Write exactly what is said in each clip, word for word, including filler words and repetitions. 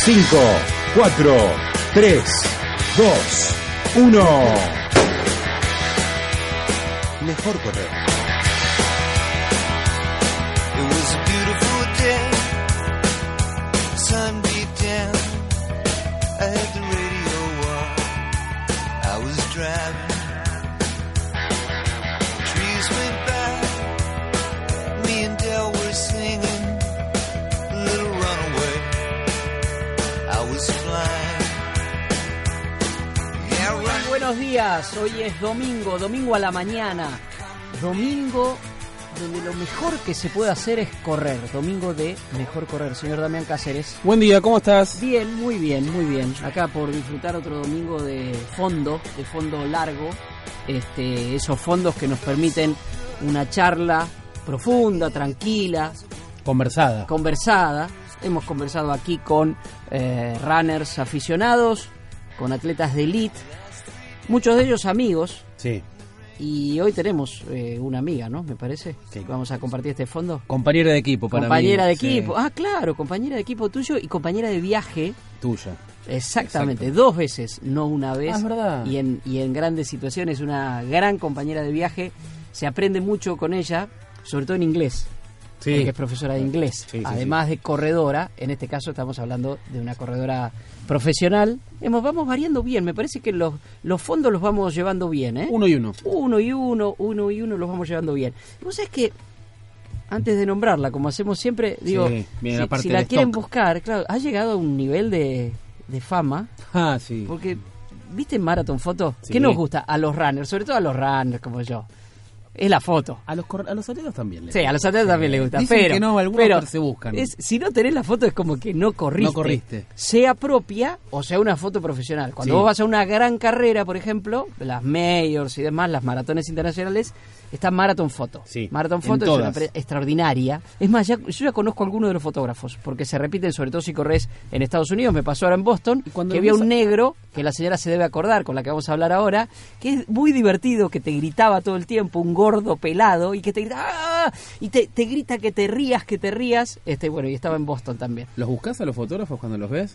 cinco, cuatro, tres, dos, uno. Mejor correr. It was a beautiful day. Sun beat down. I had the radio on. I was driving. Trees went by. Me and Dell were singing a little runaway. I was flying. Yeah, right. Buenos días, hoy es domingo, domingo a la mañana, domingo donde lo mejor que se puede hacer es correr, domingo de mejor correr. Señor Damián Cáceres. Buen día, ¿cómo estás? Bien, muy bien, muy bien. Acá por disfrutar otro domingo de fondo, de fondo largo, este, esos fondos que nos permiten una charla profunda, tranquila, Conversada. conversada. Hemos conversado aquí con eh, runners aficionados, con atletas de elite, muchos de ellos amigos. Sí. Y hoy tenemos eh, una amiga, ¿no? Me parece. Sí. Vamos a compartir este fondo. Compañera de equipo para Compañera mí. de Sí. equipo. Ah, claro, compañera de equipo tuyo y compañera de viaje. Tuya. Exactamente, Exacto. dos veces, no una vez. Ah, es verdad. Y en, y en grandes situaciones, una gran compañera de viaje. Se aprende mucho con ella, sobre todo en inglés. Sí. Porque es profesora de inglés. Sí, sí, Además de corredora, en este caso estamos hablando de una corredora profesional. Hemos, vamos variando bien, me parece que los, los fondos los vamos llevando bien, ¿eh? Uno y uno. Uno y uno, uno y uno los vamos llevando bien. Y vos sabés que, antes de nombrarla, como hacemos siempre, digo, Sí, bien, si, aparte si la del quieren stock. buscar, claro, ha llegado a un nivel de, de fama, Ah, sí. porque, ¿viste Marathon Photo? Sí. ¿Qué nos gusta? A los runners, sobre todo a los runners como yo. Es la foto. A los, cor- a los atletas también. les Sí, a los atletas también les gusta, Dicen pero, que no, algunos pero se buscan. es, si no tenés la foto es como que no corriste. No corriste. Sea propia o sea una foto profesional. Cuando Sí. vos vas a una gran carrera, por ejemplo, las majors y demás, las maratones internacionales, está Marathon Photo. Sí, Marathon en Photo es una todas. pre- extraordinaria. Es más, ya, yo ya conozco a algunos de los fotógrafos, porque se repiten, sobre todo si corres en Estados Unidos. Me pasó ahora en Boston, cuando que había ves un a- negro, que la señora se debe acordar, con la que vamos a hablar ahora, que es muy divertido, que te gritaba todo el tiempo, un gordo pelado, y que te grita, ¡ah! Y te, te grita que te rías, que te rías. Este, bueno, y estaba en Boston también. ¿Los buscas a los fotógrafos cuando los ves?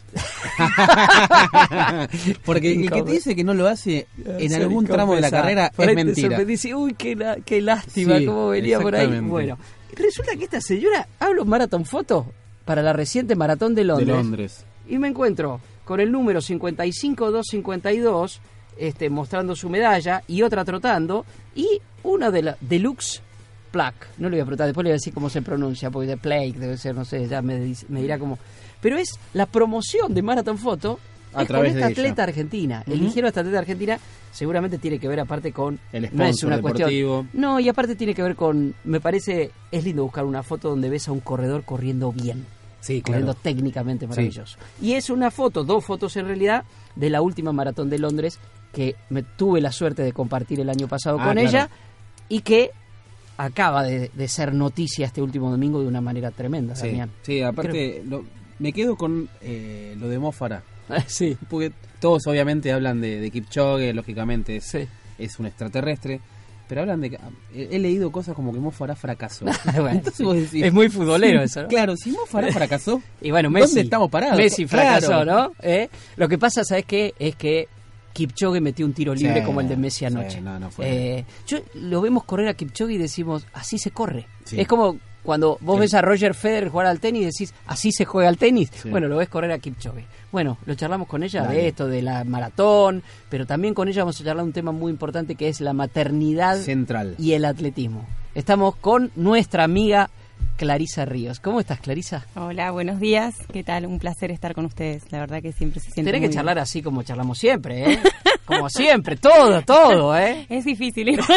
Porque el que te dice que no lo hace en Ser algún tramo de la incompensado. carrera Por es ahí te mentira. sorprendís, uy, qué, la- qué lástima, Sí, cómo venía por ahí. exactamente. Bueno, resulta que esta señora habla un Marathon Photo para la reciente maratón de De Londres. Londres. Y me encuentro con el número cincuenta y cinco dos cincuenta y dos, este, mostrando su medalla, y otra trotando, y una de la Deluxe Plaque. No le voy a preguntar, después le voy a decir cómo se pronuncia, porque de Plaque debe ser, no sé, ya me, dice- me dirá cómo. Pero es la promoción de Marathon Photo A es con través esta de ella. atleta argentina. Ujú. Eligieron a esta atleta argentina, seguramente tiene que ver aparte con... El no es sponsor una deportivo. cuestión. No, y aparte tiene que ver con... Me parece, es lindo buscar una foto donde ves a un corredor corriendo bien. Sí, Corriendo claro. técnicamente maravilloso. Y es una foto, dos fotos en realidad, de la última maratón de Londres, que me tuve la suerte de compartir el año pasado Ah, con claro. ella, y que acaba de, de ser noticia este último domingo de una manera tremenda, Sí, Damián. sí, aparte lo- me quedo con eh, lo de Mo Farah. Sí, Porque todos obviamente hablan de, de Kipchoge, lógicamente es, sí. es un extraterrestre, pero hablan de que he, he leído cosas como que Mo Farah fracasó. Bueno, Entonces sí. vos decís, Es muy futbolero sí, eso, ¿no? Claro, si Mo Farah fracasó, Y bueno, Messi. ¿dónde estamos parados? Messi fracasó, Claro. ¿no? ¿Eh? Lo que pasa, ¿sabes qué? Es que Kipchoge metió un tiro libre Sí, como el de Messi sí, anoche. no, no fue. Eh, yo lo vemos correr a Kipchoge y decimos, así se corre. Sí. Es como cuando vos Sí. ves a Roger Federer jugar al tenis y decís, así se juega al tenis. Sí. Bueno, lo ves correr a Kipchoge. Bueno, lo charlamos con ella Dale. de esto, de la maratón, pero también con ella vamos a charlar un tema muy importante que es la maternidad Central. y el atletismo. Estamos con nuestra amiga Clarisa Ríos. ¿Cómo estás, Clarisa? Hola, buenos días. ¿Qué tal? Un placer estar con ustedes. La verdad que siempre se siente Tenés muy que charlar bien. así como charlamos siempre, ¿eh? Como siempre, todo, todo, ¿eh? Es difícil. ¿eh?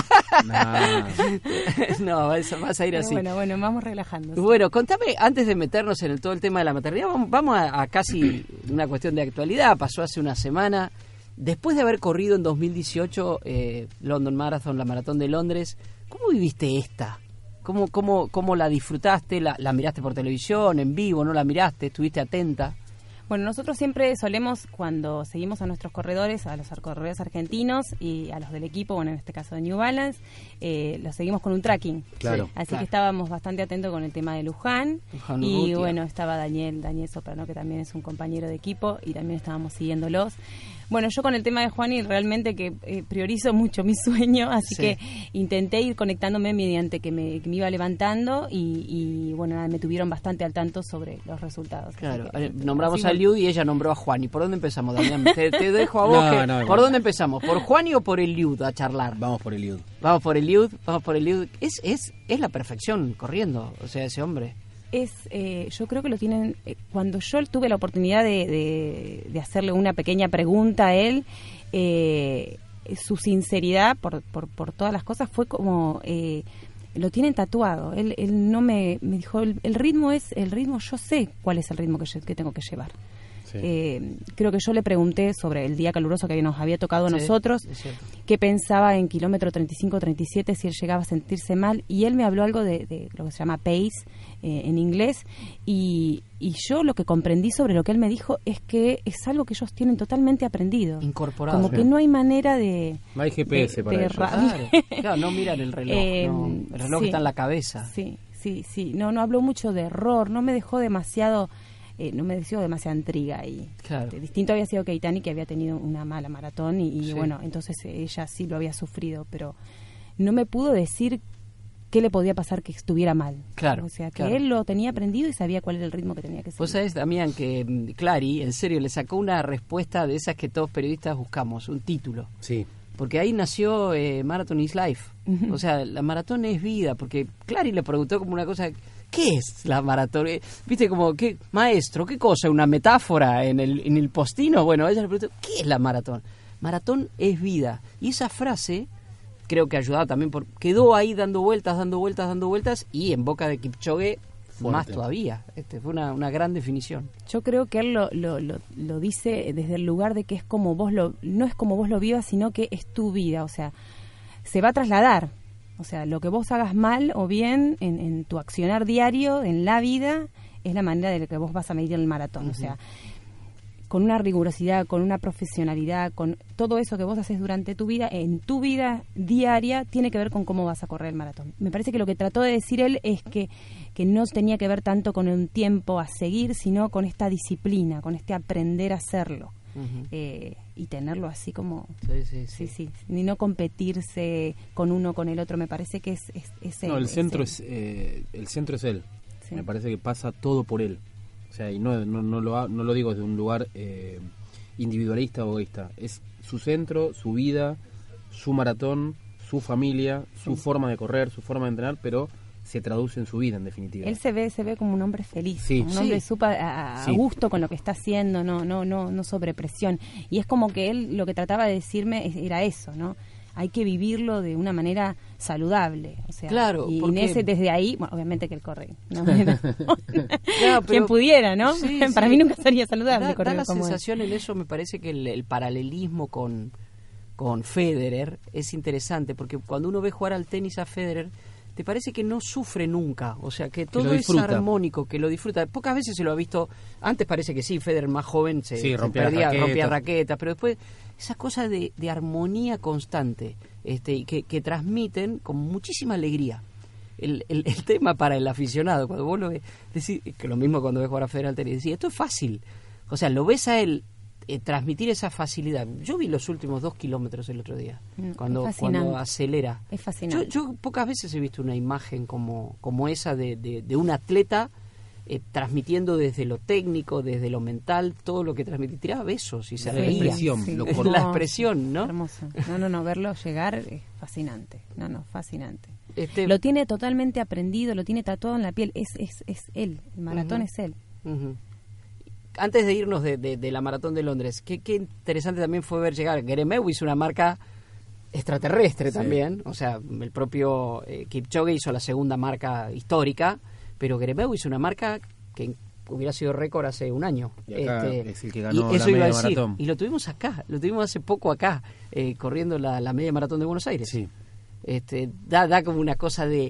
Nah. No, vas, vas a ir Pero así. bueno, bueno, vamos relajando. Bueno, contame, antes de meternos en el, todo el tema de la maternidad, vamos, vamos a, a casi una cuestión de actualidad. Pasó hace una semana. Después de haber corrido en dos mil dieciocho eh, London Marathon, la maratón de Londres, ¿cómo viviste esta? ¿Cómo, cómo, cómo la disfrutaste? ¿La, ¿La miraste por televisión, en vivo? ¿No la miraste? ¿Estuviste atenta? Bueno, nosotros siempre solemos, cuando seguimos a nuestros corredores, a los corredores argentinos y a los del equipo, bueno, en este caso de New Balance, eh, los seguimos con un tracking. Claro. Así claro. que estábamos bastante atentos con el tema de Luján. Luján y Urrutia. bueno, estaba Daniel, Daniel Soprano, que también es un compañero de equipo, y también estábamos siguiéndolos. Bueno, yo con el tema de Juani realmente que eh, priorizo mucho mi sueño, así Sí. que intenté ir conectándome mediante que me, que me iba levantando y, y bueno, nada, me tuvieron bastante al tanto sobre los resultados. Claro, Así que, eh, nombramos así, a bueno. Liud y ella nombró a Juani. ¿Por dónde empezamos, Damián? Te, te dejo a vos. No, que- no, ¿Por igual. dónde empezamos? ¿Por Juani o por el Liud a charlar? Vamos por el I U D. Vamos por el Liud, vamos por el Liud. Es, es, es la perfección corriendo, o sea, ese hombre. Es, eh, yo creo que lo tienen, eh, cuando yo tuve la oportunidad de, de, de hacerle una pequeña pregunta a él, eh, su sinceridad por, por, por todas las cosas fue como, eh, lo tienen tatuado. Él, él no me, me dijo, el, el ritmo es, el ritmo, yo sé cuál es el ritmo que, yo, que tengo que llevar. Sí. Eh, creo que yo le pregunté sobre el día caluroso que nos había tocado a Sí, nosotros, es cierto. qué pensaba en kilómetro treinta y cinco treinta y siete, si él llegaba a sentirse mal, y él me habló algo de, de lo que se llama pace eh, en inglés, y, y yo lo que comprendí sobre lo que él me dijo es que es algo que ellos tienen totalmente aprendido, Incorporado. como Sí. que no hay manera de... No hay G P S de- para de ellos. ra- Claro, claro, no miran el reloj. Eh, no. El reloj sí. está en la cabeza. Sí, sí, sí, no, no habló mucho de error, no me dejó demasiado... Eh, no me dio demasiada intriga y Claro. este, distinto había sido Keitani, que había tenido una mala maratón y, y Sí. bueno, entonces eh, ella sí lo había sufrido, pero no me pudo decir qué le podía pasar que estuviera mal. Claro, O sea, que claro. él lo tenía aprendido y sabía cuál era el ritmo que tenía que seguir. Vos sabés, Damián, que mm, Clary, en serio, le sacó una respuesta de esas que todos periodistas buscamos, un título. Sí. Porque ahí nació eh, Marathon is Life. Ujú. O sea, la maratón es vida. Porque Clary le preguntó como una cosa, ¿qué es la maratón? Eh, Viste, como, ¿qué, maestro, qué cosa? ¿Una metáfora en el, en el postino? Bueno, ella le preguntó, ¿qué es la maratón? Maratón es vida. Y esa frase, creo que ayudaba también, por, quedó ahí dando vueltas, dando vueltas, dando vueltas, y en boca de Kipchoge, Fuerte. más todavía. Este, fue una, una gran definición. Yo creo que él lo, lo, lo, lo dice desde el lugar de que es como vos lo, no es como vos lo vivas, sino que es tu vida, o sea, se va a trasladar, o sea, lo que vos hagas mal o bien en, en tu accionar diario, en la vida, es la manera de la que vos vas a medir el maratón, o sea, con una rigurosidad, con una profesionalidad, con todo eso que vos haces durante tu vida, en tu vida diaria, tiene que ver con cómo vas a correr el maratón. Me parece que lo que trató de decir él es que, que no tenía que ver tanto con un tiempo a seguir, sino con esta disciplina, con este aprender a hacerlo. Ujú. eh, y tenerlo así como... Sí, sí, Sí, sí. sí, ni no competirse con uno con el otro, me parece que es, es, es él, No, el es centro él. es, eh, el centro es él. Sí. Me parece que pasa todo por él. O sea, y no, no, no, lo, ha- no lo digo desde un lugar eh, individualista o egoísta. Es su centro, su vida, su maratón, su familia, su forma de correr, su forma de entrenar, pero se traduce en su vida, en definitiva. Él se ve, se ve como un hombre feliz, Sí. como un Sí. hombre súper a, a Sí. gusto con lo que está haciendo, no, no, no, no sobre presión. Y es como que él lo que trataba de decirme es- era eso, ¿no? Hay que vivirlo de una manera saludable, o sea, Claro, y porque- en ese desde ahí, bueno, obviamente que él corre, de una manera- Claro, quien pero- pudiera, ¿no? Sí, Para sí. mí nunca sería saludable Da, da correr la como él. sensación en eso, me parece que el, el paralelismo con, con Federer es interesante, porque cuando uno ve jugar al tenis a Federer, te parece que no sufre nunca, o sea, que todo lo es disfruta. armónico, que lo disfruta. Pocas veces se lo ha visto, antes parece que sí, Federer más joven se, Sí, se rompía las perdía, raquetas. rompía raquetas, pero después esa cosa de, de armonía constante, este, y que, que transmiten con muchísima alegría. El, el, el tema para el aficionado, cuando vos lo ves, decís, que lo mismo cuando ves jugar a Federer al tenis, decís, esto es fácil. O sea, lo ves a él eh, transmitir esa facilidad. Yo vi los últimos dos kilómetros el otro día, Mm, cuando, es fascinante. cuando acelera. Es Yo, fascinante. yo pocas veces he visto una imagen como, como esa de, de, de un atleta eh, transmitiendo desde lo técnico, desde lo mental, todo lo que transmitía. Tiraba besos y se La reía. expresión, lo Es corto. la expresión, ¿no? Hermoso. No, no, no, verlo llegar es fascinante. No, no, fascinante. Este, Lo tiene totalmente aprendido, lo tiene tatuado en la piel. Es, es, es él. El maratón Ujú. es él. Ujú. Antes de irnos de, de, de la maratón de Londres, qué, qué interesante también fue ver llegar. Geremeu hizo una marca extraterrestre Sí. también, o sea, el propio eh, Kipchoge hizo la segunda marca histórica, pero Geremeu hizo una marca que hubiera sido récord hace un año. Y acá Este, es el que ganó y eso la iba a media decir, maratón. y lo tuvimos acá, lo tuvimos hace poco acá, eh, corriendo la, la media maratón de Buenos Aires. Sí. Este, da, da como una cosa de,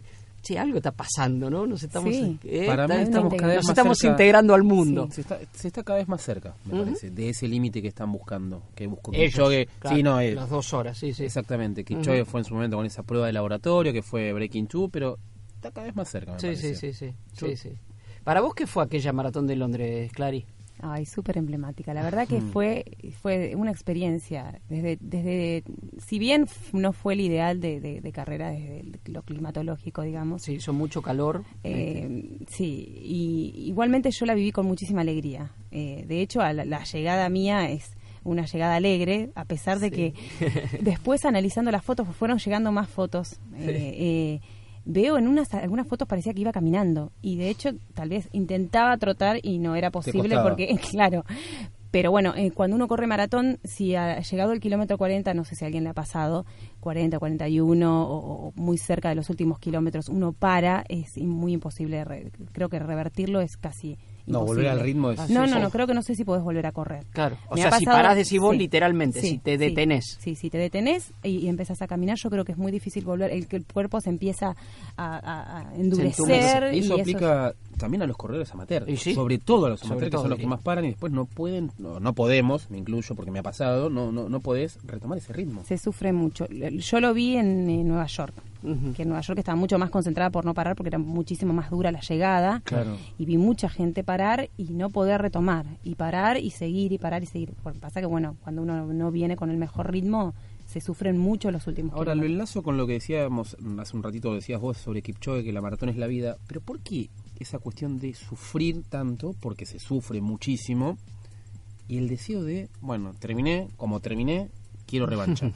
che, algo está pasando, ¿no? Nos estamos, Sí. eh, Para mí está- estamos cada vez nos más estamos cerca. integrando al mundo. Se está, se está cada vez más cerca, me Ujú. parece, de ese límite que están buscando. Que buscó Ellos, Kipchoge. claro, Sí, no, eh, las dos horas, sí, sí. exactamente. Kipchoge Ujú. fue en su momento con esa prueba de laboratorio que fue Breaking Two, pero está cada vez más cerca, me Sí, parece. sí, sí, sí, Yo- sí, sí. ¿Para vos qué fue aquella maratón de Londres, Clary? Ay, súper emblemática. La verdad que Mm. fue fue una experiencia. Desde, desde si bien f- no fue el ideal de, de, de carrera desde el- lo climatológico, digamos. Sí, hizo mucho calor. Eh, sí, y igualmente yo la viví con muchísima alegría. Eh, de hecho, a la, la llegada mía es una llegada alegre, a pesar de Sí. que después analizando las fotos, fueron llegando más fotos. Eh, eh, veo en unas algunas fotos parecía que iba caminando y de hecho tal vez intentaba trotar y no era posible costaba. porque, claro, pero bueno, eh, cuando uno corre maratón, si ha llegado el kilómetro cuarenta, no sé si a alguien le ha pasado, cuarenta, cuarenta y uno o, o muy cerca de los últimos kilómetros, uno para, es in- muy imposible, re- creo que revertirlo es casi No, imposible. volver al ritmo es... Ah, No, sí, no, sí. no, creo que no sé si podés volver a correr. Claro, o Me sea, ha si pasado- parás decís vos sí, literalmente, sí, si te sí, detenés. Sí, si te detenés y, y empezás a caminar, yo creo que es muy difícil volver, el que el cuerpo se empieza a, a- a endurecer. Y eso y aplica también a los corredores amateurs, Y sí. sobre todo a los Sobre amateurs, que todo, son los que diría. más paran y después no pueden, no, no podemos, me incluyo porque me ha pasado, no no no podés retomar ese ritmo. se sufre mucho. Yo lo vi en, eh, Nueva York, Ujú. que en Nueva York estaba mucho más concentrada por no parar porque era muchísimo más dura la llegada. Claro. Y vi mucha gente parar y no poder retomar, y parar y seguir y parar y seguir. Porque pasa que, bueno, cuando uno no viene con el mejor ritmo, se sufren mucho los últimos Ahora lo kilómetros. enlazo con lo que decíamos hace un ratito, decías vos sobre Kipchoge, que la maratón es la vida, pero ¿por qué esa cuestión de sufrir tanto? Porque se sufre muchísimo, y el deseo de, bueno, terminé, como terminé, quiero revancha.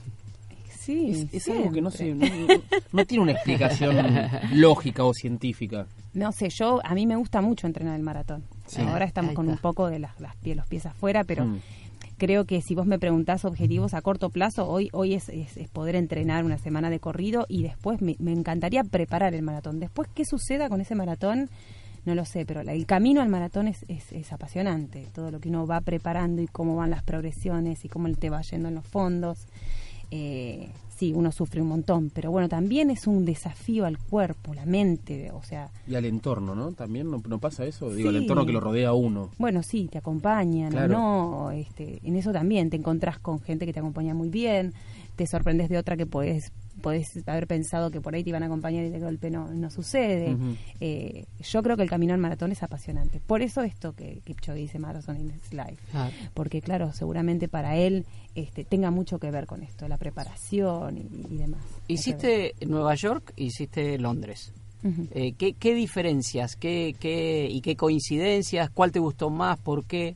Sí, Es, es algo que no, se, siempre. no, no- no tiene una explicación lógica o científica. No sé, yo a mí me gusta mucho entrenar el maratón. Sí. Ahora estamos Ahí con un está. poco de las, las pie- los pies afuera, pero Mm. creo que si vos me preguntás objetivos a corto plazo, hoy hoy es, es- es poder entrenar una semana de corrido y después me, me encantaría preparar el maratón. Después, ¿qué suceda con ese maratón? No lo sé, pero la- el camino al maratón es, es, es apasionante. Todo lo que uno va preparando y cómo van las progresiones y cómo te va yendo en los fondos. Eh, sí, uno sufre un montón, pero bueno, también es un desafío al cuerpo, la mente, o sea, Y al entorno, ¿no? También no, no pasa eso, digo, el Sí. entorno que lo rodea a uno. bueno, sí, te acompañan, Claro. o no, este, en eso también te encontrás con gente que te acompaña muy bien, te sorprendes de otra que podés, podés haber pensado que por ahí te iban a acompañar y de golpe no, no sucede. Ujú. Eh, yo creo que el camino al maratón es apasionante. Por eso esto que Kipchoge dice Marathon in his life. Claro. Porque claro, seguramente para él este, tenga mucho que ver con esto, la preparación y, y demás. Hiciste Nueva York, hiciste Londres. Ujú. Eh, ¿qué, ¿Qué diferencias qué, qué, y qué coincidencias? ¿Cuál te gustó más? ¿Por qué?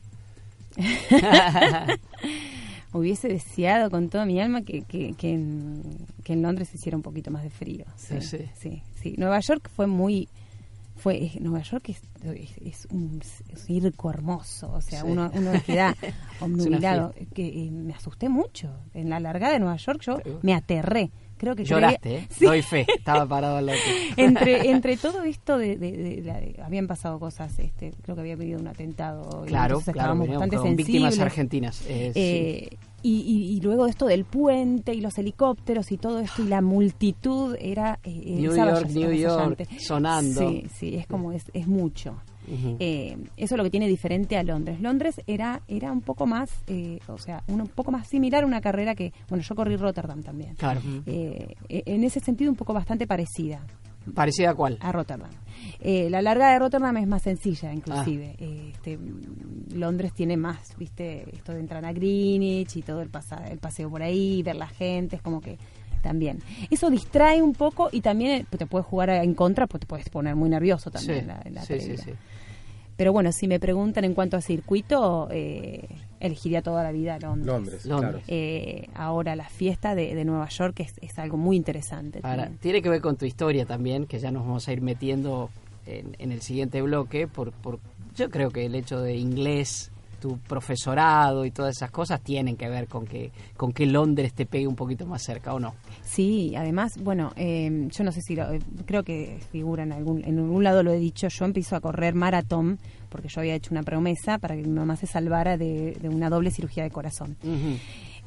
Hubiese deseado con toda mi alma que, que, que, en, que en Londres se hiciera un poquito más de frío. Sí, Sí, sí. sí, sí. Nueva York fue muy... fue es- Nueva York es, es, es un circo hermoso. O sea, Sí. uno, uno queda una obnubilado. Que, eh, me asusté mucho. En la largada de Nueva York yo me aterré. Creo que Lloraste, creía- ¿eh? Sí. Doy fe. Estaba parado al lado tuyo. entre entre todo esto de, de- de- la- de- habían pasado cosas, este creo que había habido un atentado y Claro, entonces claro, estábamos veníamos bastante con víctimas sensibles. argentinas. eh, sí. Eh, y, y- y luego esto del puente y los helicópteros y todo esto y la multitud era eh, New estaba York, ya- New avasallante. York, sonando. Sí, sí, es como es, es mucho. Ujú. Eh, eso es lo que tiene diferente a Londres. Londres era era un poco más, eh, o sea, un, un poco más similar a una carrera que, bueno, yo corrí Rotterdam también. Claro. Eh, en ese sentido un poco bastante parecida ¿Parecida a cuál? a Rotterdam. Eh, la larga de Rotterdam es más sencilla, Ah. inclusive. Eh, este, mm, Londres tiene más, viste, esto de entrar a Greenwich y todo el, pasa, el paseo por ahí, ver la gente, es como que también. Eso distrae un poco y también eh, te puedes jugar en contra, pues te puedes poner muy nervioso también Sí, en la, en la sí, sí, previa. sí. Pero bueno, si me preguntan en cuanto a circuito, eh, elegiría toda la vida Londres. Londres, Londres. claro. Eh, ahora la fiesta de, de Nueva York es, es algo muy interesante. Ahora, también. tiene que ver con tu historia también, que ya nos vamos a ir metiendo en, en el siguiente bloque. Por, por, yo creo que el hecho de inglés, tu profesorado y todas esas cosas tienen que ver con que con que Londres te pegue un poquito más cerca, ¿o no? Sí, además, bueno, eh, yo no sé si lo, eh, creo que figura en algún en algún lado lo he dicho, yo empiezo a correr maratón porque yo había hecho una promesa para que mi mamá se salvara de, de una doble cirugía de corazón. Ujú.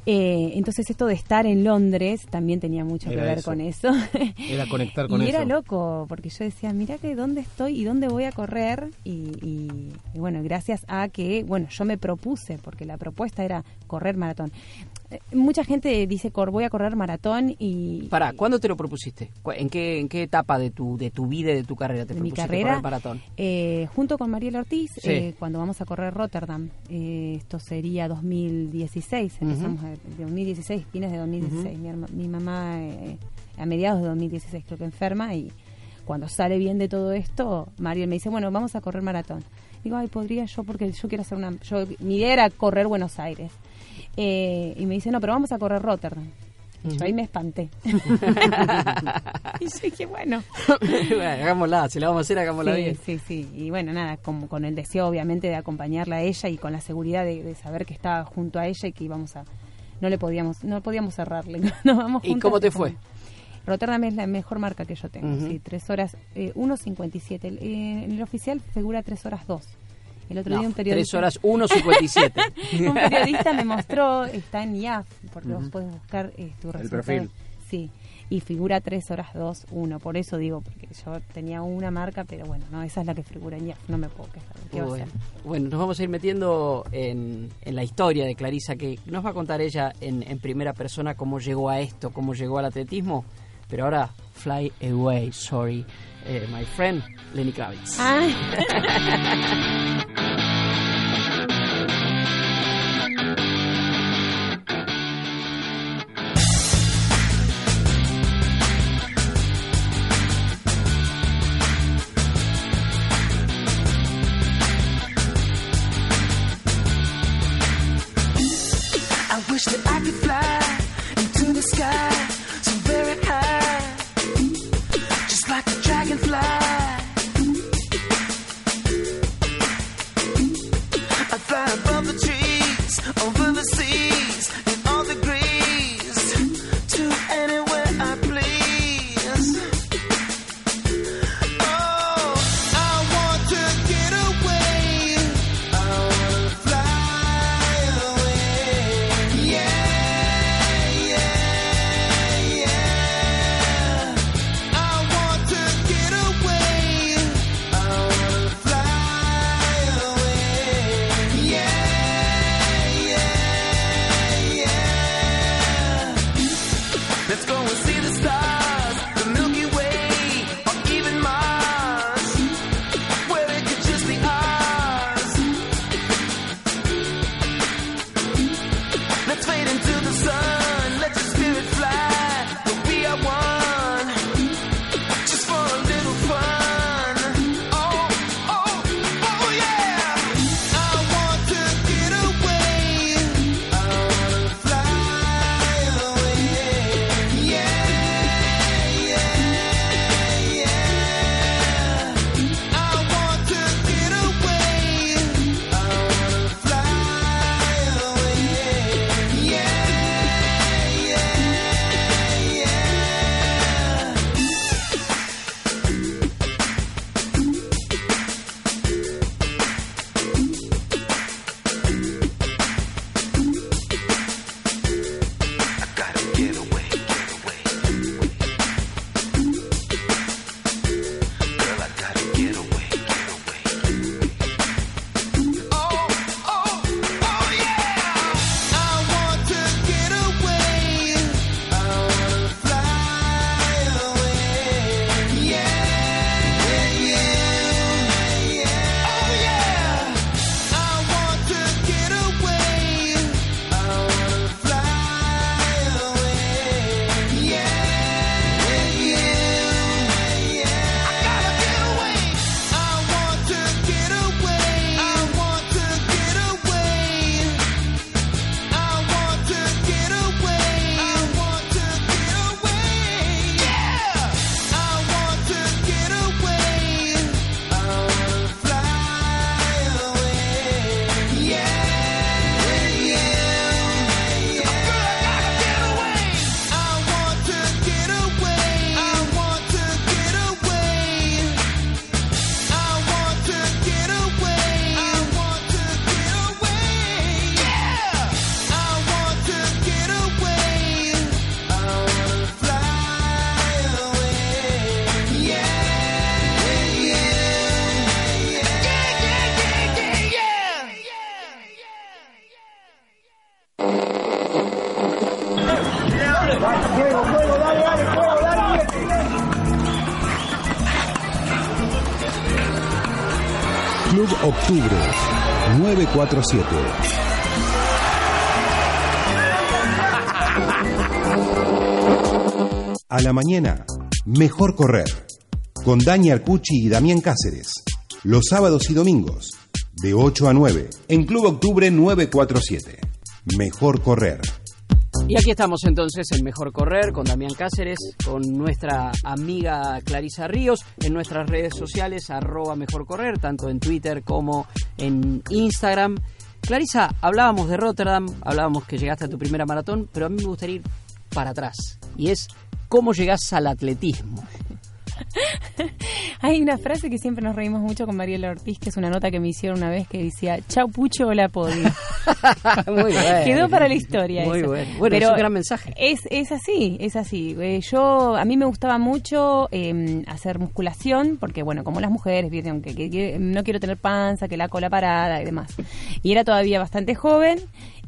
Eh, entonces esto de estar en Londres también tenía mucho Era que ver eso. con eso. Era conectar con y eso. era loco, porque yo decía, mira que dónde estoy y dónde voy a correr. Y, y, y bueno, gracias a que, bueno, yo me propuse, porque la propuesta era correr maratón. Eh, mucha gente dice, cor, voy a correr maratón y... Pará, ¿cuándo te lo propusiste? ¿Cu- ¿En qué, en qué etapa de tu de tu vida y de tu carrera te de mi propusiste carrera, correr maratón? eh, junto con Mariela Ortiz, Sí. eh, cuando vamos a correr Rotterdam, eh, esto sería dos mil dieciséis, empezamos a- de dos mil dieciséis, fines de dos mil dieciséis, mi, herma- mi mamá eh, a mediados de dos mil dieciséis creo que enferma, y cuando sale bien de todo esto, Mariel me dice, bueno, vamos a correr maratón. Digo, ay, podría yo, porque yo quiero hacer una... Yo, mi idea era correr Buenos Aires. Eh, y me dice, no, pero vamos a correr Rotterdam. Y yo ahí me espanté. Y yo dije, bueno... Bueno, hagámosla, si la vamos a hacer, hagámosla Sí, bien. sí, sí. Y bueno, nada, como con el deseo obviamente de acompañarla a ella y con la seguridad de, de saber que estaba junto a ella y que íbamos a... No le podíamos, no podíamos cerrarle. Nos vamos ¿Y juntas. cómo te fue? Rotterdam es la mejor marca que yo tengo, Ujú. sí, tres horas, eh, uno cincuenta y siete. El, eh, en el oficial figura tres horas dos. El otro No, día un tres periodista... horas uno cincuenta y siete. un periodista me mostró, está en I A F, porque vos puedes buscar eh, tu resultado. perfil. Sí, y figura tres horas dos uno, por eso digo, porque yo tenía una marca, pero bueno, no, esa es la que figura en I A F, no me puedo quejar. ¿Qué va a Bueno, hacer? bueno, nos vamos a ir metiendo en, en la historia de Clarisa, que nos va a contar ella en, en primera persona cómo llegó a esto, cómo llegó al atletismo. Pero ahora, Fly Away, sorry, eh, my friend, Lenny Kravitz. Ay. I wish that I could fly into the sky so very high, just like a dragonfly. I fly above the trees, over the seas, in all degrees, to anywhere I please. Oh, I want to get away. I want to fly away. Yeah, yeah, yeah. I want to get away. I want to fly away. Yeah, Octubre nueve cuatro siete. A la mañana, Mejor Correr, con Dani Arcucci y Damián Cáceres, los sábados y domingos, de ocho a nueve, en Club Octubre nueve cuatro siete. Mejor Correr. Y aquí estamos entonces en Mejor Correr con Damián Cáceres, con nuestra amiga Clarisa Ríos, en nuestras redes sociales, arroba Mejor Correr, tanto en Twitter como en Instagram. Clarisa, hablábamos de Rotterdam, hablábamos que llegaste a tu primera maratón, pero a mí me gustaría ir para atrás, y es ¿cómo llegás al atletismo? Hay una frase que siempre nos reímos mucho con Mariela Ortiz, que es una nota que me hicieron una vez que decía, chau Pucho, hola Podi. Muy bueno. Quedó para la historia. Muy eso. bueno. Bueno, pero es un gran mensaje. Es, es así, es así. Eh, yo, a mí me gustaba mucho eh, hacer musculación, porque bueno, como las mujeres, ¿viste? Que, que, que no quiero tener panza, que la cola parada y demás. Y era todavía bastante joven.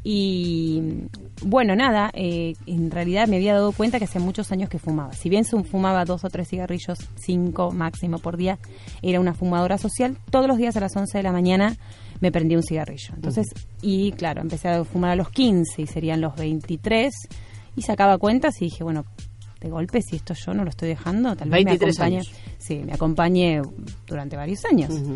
Y bueno, nada, eh, en realidad me había dado cuenta que hace muchos años que fumaba. Si bien fumaba dos o tres cigarrillos, cinco máximo por día, era una fumadora social. Todos los días a las once de la mañana me prendía un cigarrillo. Entonces, uh-huh. y claro, empecé a fumar a los quince y serían los veintitrés. Y sacaba cuentas y dije, bueno, de golpe, si esto yo no lo estoy dejando, tal vez me acompañe. Años. Sí, me acompañe durante varios años. Uh-huh.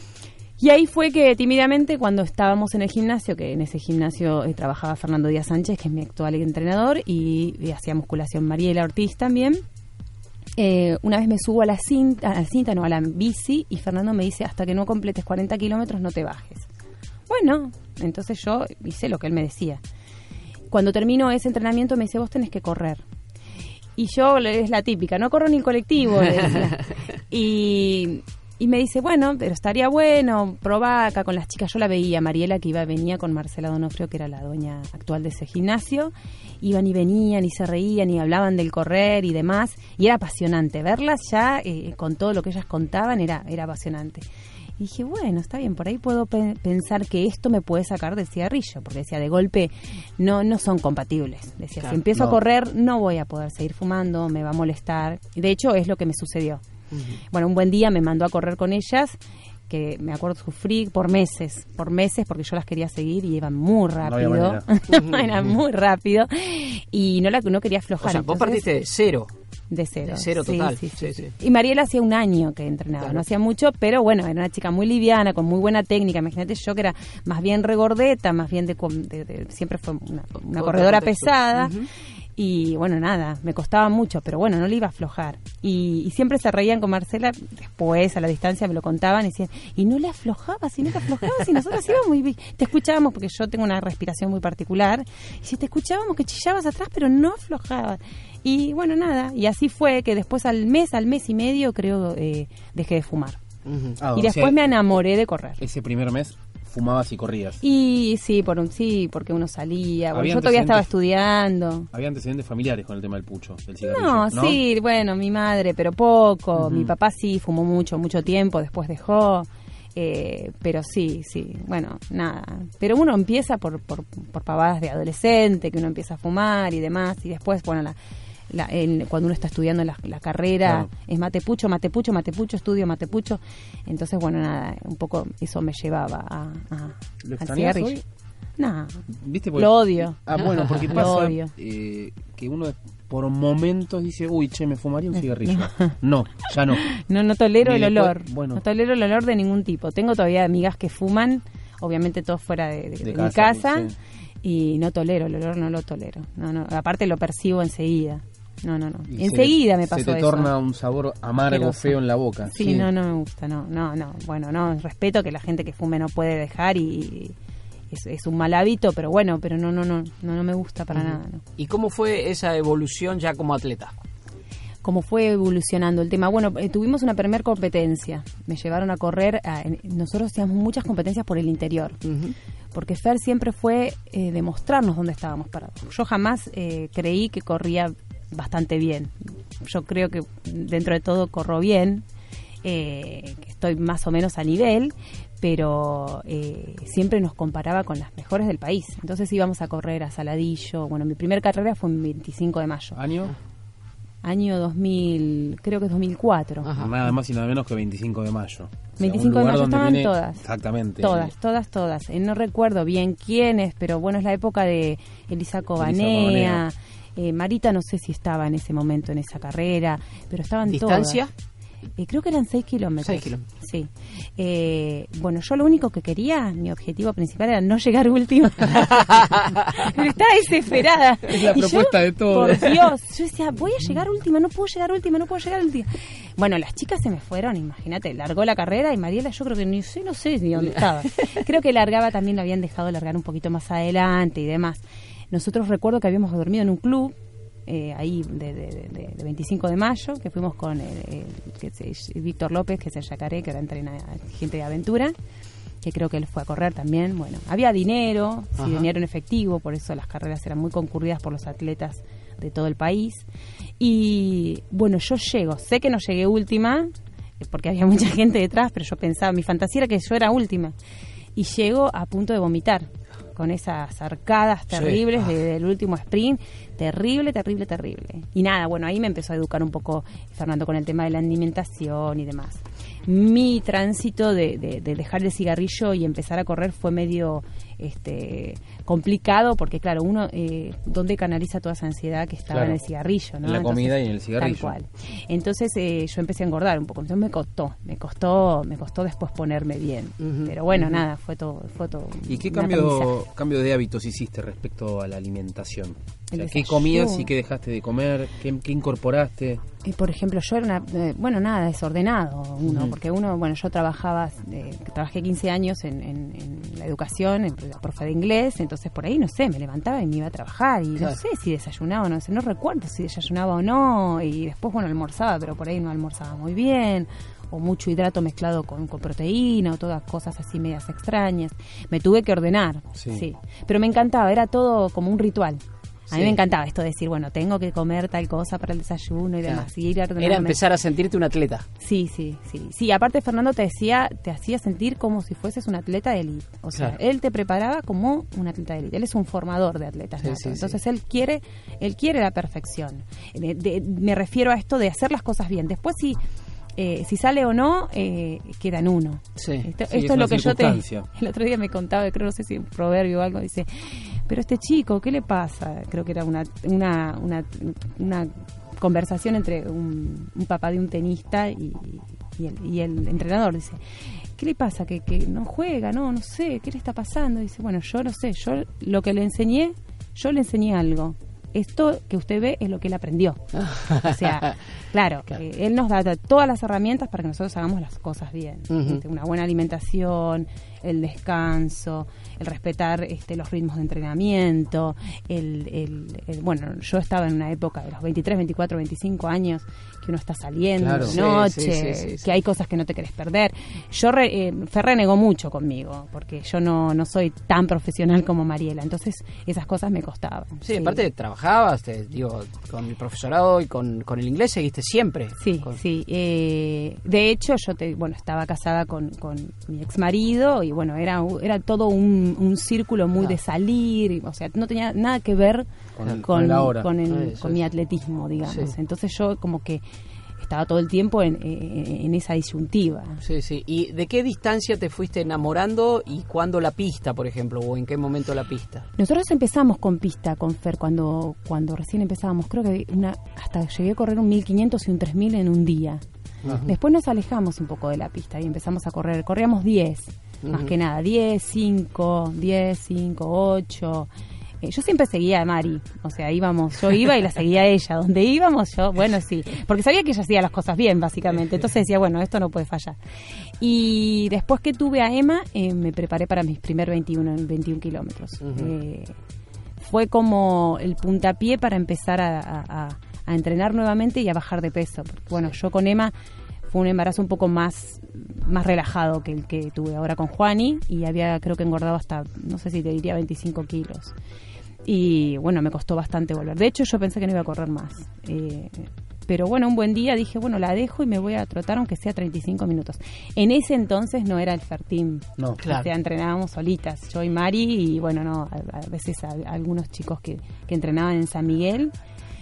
Y ahí fue que tímidamente cuando estábamos en el gimnasio, que en ese gimnasio eh, trabajaba Fernando Díaz Sánchez, que es mi actual entrenador, y, y hacía musculación Mariela Ortiz también, eh, una vez me subo a la cinta, a la cinta, no, a la bici, y Fernando me dice, hasta que no completes cuarenta kilómetros no te bajes. Bueno, entonces yo hice lo que él me decía. Cuando termino ese entrenamiento me dice, vos tenés que correr. Y yo, es la típica, no corro ni el colectivo, le decía. Y... Y me dice, bueno, pero estaría bueno, probá acá con las chicas. Yo la veía, Mariela, que iba, venía con Marcela Donofrio, que era la dueña actual de ese gimnasio. Iban y venían y se reían y hablaban del correr y demás. Y era apasionante. Verlas ya, eh, con todo lo que ellas contaban, era, era apasionante. Y dije, bueno, está bien, por ahí puedo pe- pensar que esto me puede sacar del cigarrillo. Porque decía, de golpe, no no son compatibles. Decía, claro, si empiezo no. a correr, no voy a poder seguir fumando, me va a molestar. Y de hecho, es lo que me sucedió. Bueno, un buen día me mandó a correr con ellas, que me acuerdo sufrí por meses, por meses, porque yo las quería seguir y iban muy rápido, no eran muy rápido, y no la no quería aflojar. O sea, vos partiste de cero. De cero. De cero total. Sí, sí, sí, sí, sí. Y Mariela hacía un año que entrenaba, claro. No hacía mucho, pero bueno, era una chica muy liviana, con muy buena técnica. Imagínate yo que era más bien regordeta, más bien de, de, de siempre fue una, una corredora contexto. pesada. Uh-huh. Y bueno, nada, me costaba mucho, pero bueno, no le iba a aflojar. Y, y siempre se reían con Marcela, después a la distancia me lo contaban y decían, y no le aflojabas, y no te aflojabas, y nosotros íbamos muy bien. Te escuchábamos, porque yo tengo una respiración muy particular, y si te escuchábamos que chillabas atrás, pero no aflojabas. Y bueno, nada, y así fue que después al mes, al mes y medio, creo, eh, dejé de fumar. Uh-huh. Ah, y después sea, me enamoré de correr. Ese primer mes fumabas y corrías. Y sí, por un sí, porque uno salía. Bueno, yo todavía estaba estudiando. ¿Había antecedentes familiares con el tema del pucho, del cigarrillo? No, ¿no? sí, bueno, mi madre, pero poco. Uh-huh. Mi papá sí fumó mucho, mucho tiempo, después dejó. Eh, pero sí, sí, bueno, nada. Pero uno empieza por, por, por pavadas de adolescente, que uno empieza a fumar y demás, y después, bueno, la... La, el, cuando uno está estudiando la, la carrera, claro. Es matepucho, matepucho, matepucho, estudio matepucho. Entonces, bueno, nada, un poco eso me llevaba a, a, al cigarrillo. Hoy? No, ¿viste? Porque, lo odio. Ah, bueno, porque pasa eh, que uno por momentos dice, uy, che, me fumaría un cigarrillo. No, ya no. No, no tolero el después, olor. Bueno. No tolero el olor de ningún tipo. Tengo todavía amigas que fuman, obviamente todos fuera de, de, de, de casa, mi casa, sí. Y no tolero el olor, no lo tolero. No, no, aparte lo percibo enseguida. No, no, no. Y enseguida se, me pasó eso. Se te eso. torna un sabor amargo, Asqueroso. Feo en la boca. Sí, sí, no, no me gusta, no, no, no. Bueno, no, respeto que la gente que fume no puede dejar y es, es un mal hábito, pero bueno, pero no, no, no, no, no me gusta para uh-huh. nada. No. ¿Y cómo fue esa evolución ya como atleta? ¿Cómo fue evolucionando el tema? Bueno, eh, tuvimos una primer competencia. Me llevaron a correr. A, en, nosotros hacíamos muchas competencias por el interior. Uh-huh. Porque Fer siempre fue eh, demostrarnos dónde estábamos parados. Yo jamás eh, creí que corría bastante bien. Yo creo que dentro de todo corro bien, eh, que estoy más o menos a nivel, pero eh, siempre nos comparaba con las mejores del país. Entonces íbamos a correr a Saladillo. Bueno, mi primera carrera fue en veinticinco de mayo. ¿Año? Año dos mil, creo que es dos mil cuatro. Ajá. Nada más y nada menos que veinticinco de mayo. veinticinco de lugar mayo donde estaban tiene- todas. Exactamente. Todas, todas, todas. Eh, no recuerdo bien quiénes, pero bueno, es la época de Elisa Cobanea. Cobanea. Eh, Marita no sé si estaba en ese momento en esa carrera, pero estaban ¿Distancia? todas. Eh, creo que eran seis kilómetros. Seis kilómetros. Sí. Eh, bueno, yo lo único que quería, mi objetivo principal era no llegar última. Pero estaba desesperada. Es la Y yo, propuesta de todo. Por Dios, yo decía, voy a llegar última, no puedo llegar última, no puedo llegar última. Bueno, las chicas se me fueron, imagínate, largó la carrera y Mariela yo creo que ni sé, no sé ni dónde estaba. Creo que largaba también, lo habían dejado largar un poquito más adelante y demás. Nosotros recuerdo que habíamos dormido en un club, Eh, ahí de, de, de, de veinticinco de mayo, que fuimos con el, el, que es el Víctor López, que es el yacaré, que ahora entrena gente de aventura, que creo que él fue a correr también. Bueno, había dinero, sí, Ajá. dinero en efectivo, por eso las carreras eran muy concurridas por los atletas de todo el país. Y bueno, yo llego, sé que no llegué última, eh, porque había mucha gente detrás, pero yo pensaba, mi fantasía era que yo era última. Y llego a punto de vomitar, con esas arcadas terribles Sí. de- del último sprint, terrible, terrible, terrible. Y nada, bueno, ahí me empezó a educar un poco Fernando con el tema de la alimentación y demás. Mi tránsito de, de- de dejar el cigarrillo y empezar a correr fue medio este complicado, porque claro, uno, eh, ¿dónde canaliza toda esa ansiedad que estaba Claro. en el cigarrillo? ¿no? En la Entonces, comida y en el cigarrillo. Tal cual. Entonces eh, yo empecé a engordar un poco, entonces me costó, me costó, me costó después ponerme bien. Ujú, Pero bueno, ujú. nada, fue todo, fue todo. ¿Y qué un cambio, aprendizaje. cambio de hábitos hiciste respecto a la alimentación? O El sea, ¿qué desayuno. comías y qué dejaste de comer? ¿Qué, qué incorporaste? Eh, por ejemplo, yo era una, eh, bueno, nada, desordenado uno, Ujú. porque uno, bueno, yo trabajaba, eh, trabajé quince años en, en- en la educación, en la profe de inglés, entonces por ahí, no sé, me levantaba y me iba a trabajar y Claro. no sé si desayunaba o no sé, no recuerdo si desayunaba o no, y después, bueno, almorzaba, pero por ahí no almorzaba muy bien, o mucho hidrato mezclado con, con proteína, o todas cosas así medias extrañas. Me tuve que ordenar, Sí. sí, pero me encantaba, era todo como un ritual. A mí Sí. me encantaba esto de decir, bueno, tengo que comer tal cosa para el desayuno y Claro. demás. Y ir a Era ordenarme. empezar a sentirte un atleta. Sí, sí, sí. Sí, aparte Fernando te decía, te hacía sentir como si fueses un atleta de élite. O sea, Claro. él te preparaba como un atleta de élite. Él es un formador de atletas Sí, nato. sí, sí. Entonces él quiere, él quiere la perfección. De- de- me refiero a esto de hacer las cosas bien. Después si eh, si sale o no, eh, queda en uno. Sí. Esto, Sí, esto es es una lo que yo te... circunstancia. El otro día me contaba, creo, no sé si un proverbio o algo, dice, pero este chico, ¿qué le pasa? Creo que era una una, una, una conversación entre un, un papá de un tenista y, y, el, y el entrenador. Dice, ¿qué le pasa? Que, que no juega, no, no sé, ¿qué le está pasando? Dice, bueno, yo no sé, yo lo que le enseñé, yo le enseñé algo. Esto que usted ve es lo que él aprendió. O sea, claro, Claro. eh, él nos da todas las herramientas para que nosotros hagamos las cosas bien. Ujú. Este, una buena alimentación, el descanso, el respetar este, los ritmos de entrenamiento. El, el- el- bueno, yo estaba en una época de los veintitrés, veinticuatro, veinticinco años que uno está saliendo Claro. de Sí, noche, sí, sí, sí, sí. que hay cosas que no te querés perder. Yo, re, eh, Fer renegó mucho conmigo, porque yo no, no soy tan profesional como Mariela, entonces esas cosas me costaban. Sí, aparte trabajabas, te, digo, con el profesorado y con, con el inglés seguiste siempre. Sí, Con- sí. Eh, de hecho, yo te, bueno, estaba casada con, con mi ex marido y bueno, era, era todo un, un círculo muy Ah. de salir, y, o sea, no tenía nada que ver Con con, el- con el ahora. con el- Eso con es. mi atletismo, digamos. Sí. Entonces yo como que estaba todo el tiempo en, en- en esa disyuntiva. Sí, sí. ¿Y de qué distancia te fuiste enamorando y cuándo la pista, por ejemplo, o en qué momento la pista? Nosotros empezamos con pista, con Fer, cuando, cuando recién empezábamos. Creo que una hasta llegué a correr un mil quinientos y un tres mil en un día. Después nos alejamos un poco de la pista y empezamos a correr. Corríamos diez, más Ujú. que nada. diez, cinco, diez, cinco, ocho. Eh, yo siempre seguía a Mari. O sea, íbamos, yo iba y la seguía a ella. Donde íbamos, yo, bueno, sí. Porque sabía que ella hacía las cosas bien, básicamente. Entonces decía, bueno, esto no puede fallar. Y después que tuve a Emma, eh, me preparé para mis primer veintiuno, veintiún kilómetros. Ujú. Eh, fue como el puntapié para empezar a, a- a- a entrenar nuevamente y a bajar de peso. Porque, bueno, yo con Emma fue un embarazo un poco más, más relajado que el que tuve ahora con Juani y había, creo que engordado hasta, no sé si te diría veinticinco kilos. Y bueno, me costó bastante volver. De hecho, yo pensé que no iba a correr más. Eh, pero bueno, un buen día dije, bueno, la dejo y me voy a trotar aunque sea treinta y cinco minutos. En ese entonces no era el Fertim. No. Claro. O sea, entrenábamos solitas, yo y Mari, y bueno, no, a, a veces a, a algunos chicos que, que entrenaban en San Miguel.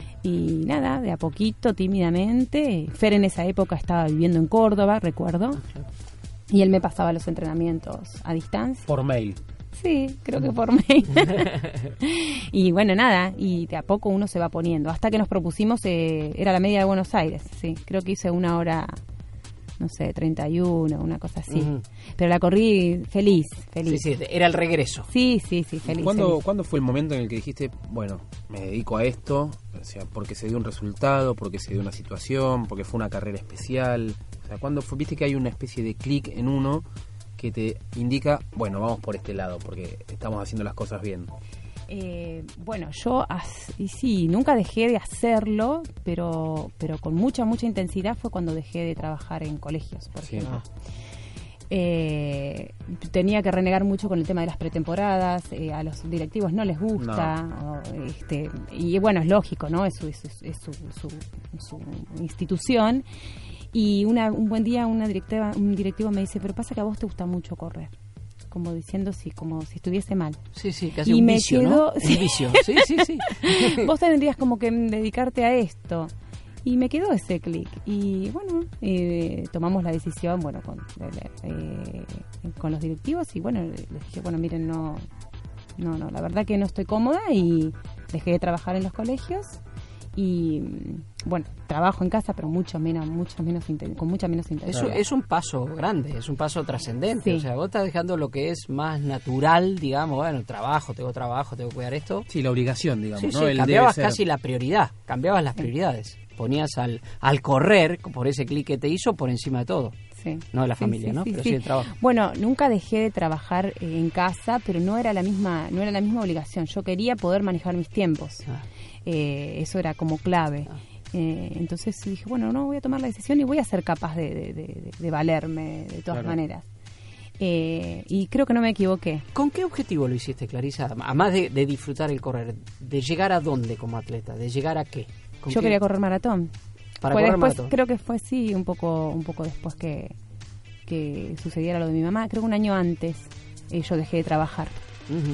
Y nada, de a poquito, tímidamente. Fer en esa época estaba viviendo en Córdoba, recuerdo. Y él me pasaba los entrenamientos a distancia. Por mail. Sí, creo que por mail. Y bueno, nada, y de a poco uno se va poniendo. Hasta que nos propusimos, eh, era la media de Buenos Aires, sí. Creo que hice una hora, no sé, treinta y uno, una cosa así. Ujú. Pero la corrí feliz, feliz. Sí, sí, era el regreso. Sí, sí, sí, feliz. ¿Cuándo, feliz. ¿Cuándo fue el momento en el que dijiste, bueno, me dedico a esto? O sea, porque se dio un resultado, porque se dio una situación, porque fue una carrera especial. O sea, ¿cuándo fue? Viste que hay una especie de clic en uno que te indica, bueno, vamos por este lado, porque estamos haciendo las cosas bien. Eh, bueno, yo as- y sí, nunca dejé de hacerlo, pero pero con mucha, mucha intensidad fue cuando dejé de trabajar en colegios, por Sí. ejemplo. Eh, tenía que renegar mucho con el tema de las pretemporadas, eh, a los directivos no les gusta, o, este, y bueno, es lógico, ¿no? Es su, es, su- es su, su- su institución. Y una, un buen día una directiva, un directivo me dice, pero pasa que a vos te gusta mucho correr, como diciendo si, como si estuviese mal. Sí, sí, casi Y un me vicio, quedó- ¿no? sí. Un vicio, sí, sí, sí. Vos tendrías como que dedicarte a esto. Y me quedó ese clic. Y bueno, eh, tomamos la decisión, bueno, con, eh, con los directivos. Y bueno, les dije, bueno, miren, no, no, no, la verdad que no estoy cómoda. Y dejé de trabajar en los colegios. Y bueno, trabajo en casa, pero mucho menos, mucho menos inten- con mucha menos Es, intensidad. un- es un paso grande, es un paso trascendente. Sí. O sea, vos estás dejando lo que es más natural, digamos, bueno, trabajo, tengo trabajo, tengo que cuidar esto. Sí, la obligación, digamos, Sí, ¿no? sí, El cambiabas debe ser. casi la prioridad, cambiabas las prioridades. Ponías al, al correr, por ese clic que te hizo, por encima de todo. Sí. No de la Sí, familia, sí, ¿no? sí, Pero sí. sí del trabajo. Bueno, nunca dejé de trabajar eh, en casa, pero no era la misma, no era la misma obligación. Yo quería poder manejar mis tiempos. Ah. Eh, eso era como clave. Ah. Eh, entonces dije, bueno, no voy a tomar la decisión y voy a ser capaz de, de, de- de valerme de todas Claro. maneras. Eh, y creo que no me equivoqué. ¿Con qué objetivo lo hiciste, Clarisa? Además de, de disfrutar el correr, ¿de llegar a dónde como atleta? ¿De llegar a qué? ¿Con Yo qué? quería correr maratón. Para Fue correr después, maratón. creo que fue sí, un poco, un poco después que, que sucediera lo de mi mamá. Creo que un año antes eh, yo dejé de trabajar. Ujú.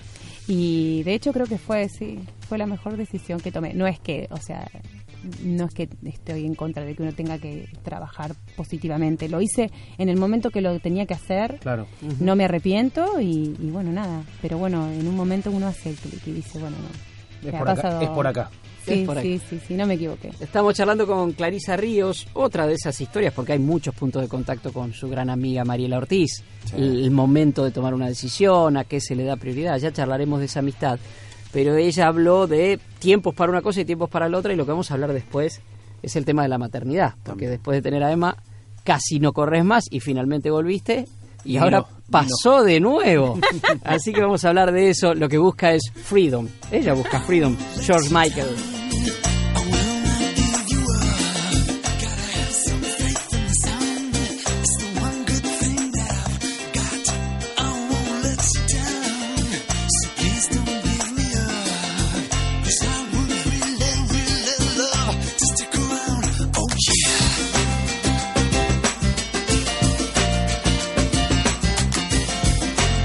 Y de hecho creo que fue, sí, fue la mejor decisión que tomé. No es que, o sea, no es que estoy en contra de que uno tenga que trabajar positivamente. Lo hice en el momento que lo tenía que hacer. Claro. No me arrepiento y, y bueno, nada. Pero bueno, en un momento uno hace el clic y dice, bueno, no. Es me por ha acá, pasado- es por acá. Sí, Es por sí, sí, sí, no me equivoqué. Estamos charlando con Clarisa Ríos, otra de esas historias, porque hay muchos puntos de contacto con su gran amiga Mariela Ortiz. Sí. El, el momento de tomar una decisión, a qué se le da prioridad, ya charlaremos de esa amistad. Pero ella habló de tiempos para una cosa y tiempos para la otra, y lo que vamos a hablar después es el tema de la maternidad. Porque También. después de tener a Emma, casi no corres más y finalmente volviste. Y Vino, ahora vino. pasó de nuevo. Así que vamos a hablar de eso. Lo que busca es freedom. Ella busca freedom. George Michael.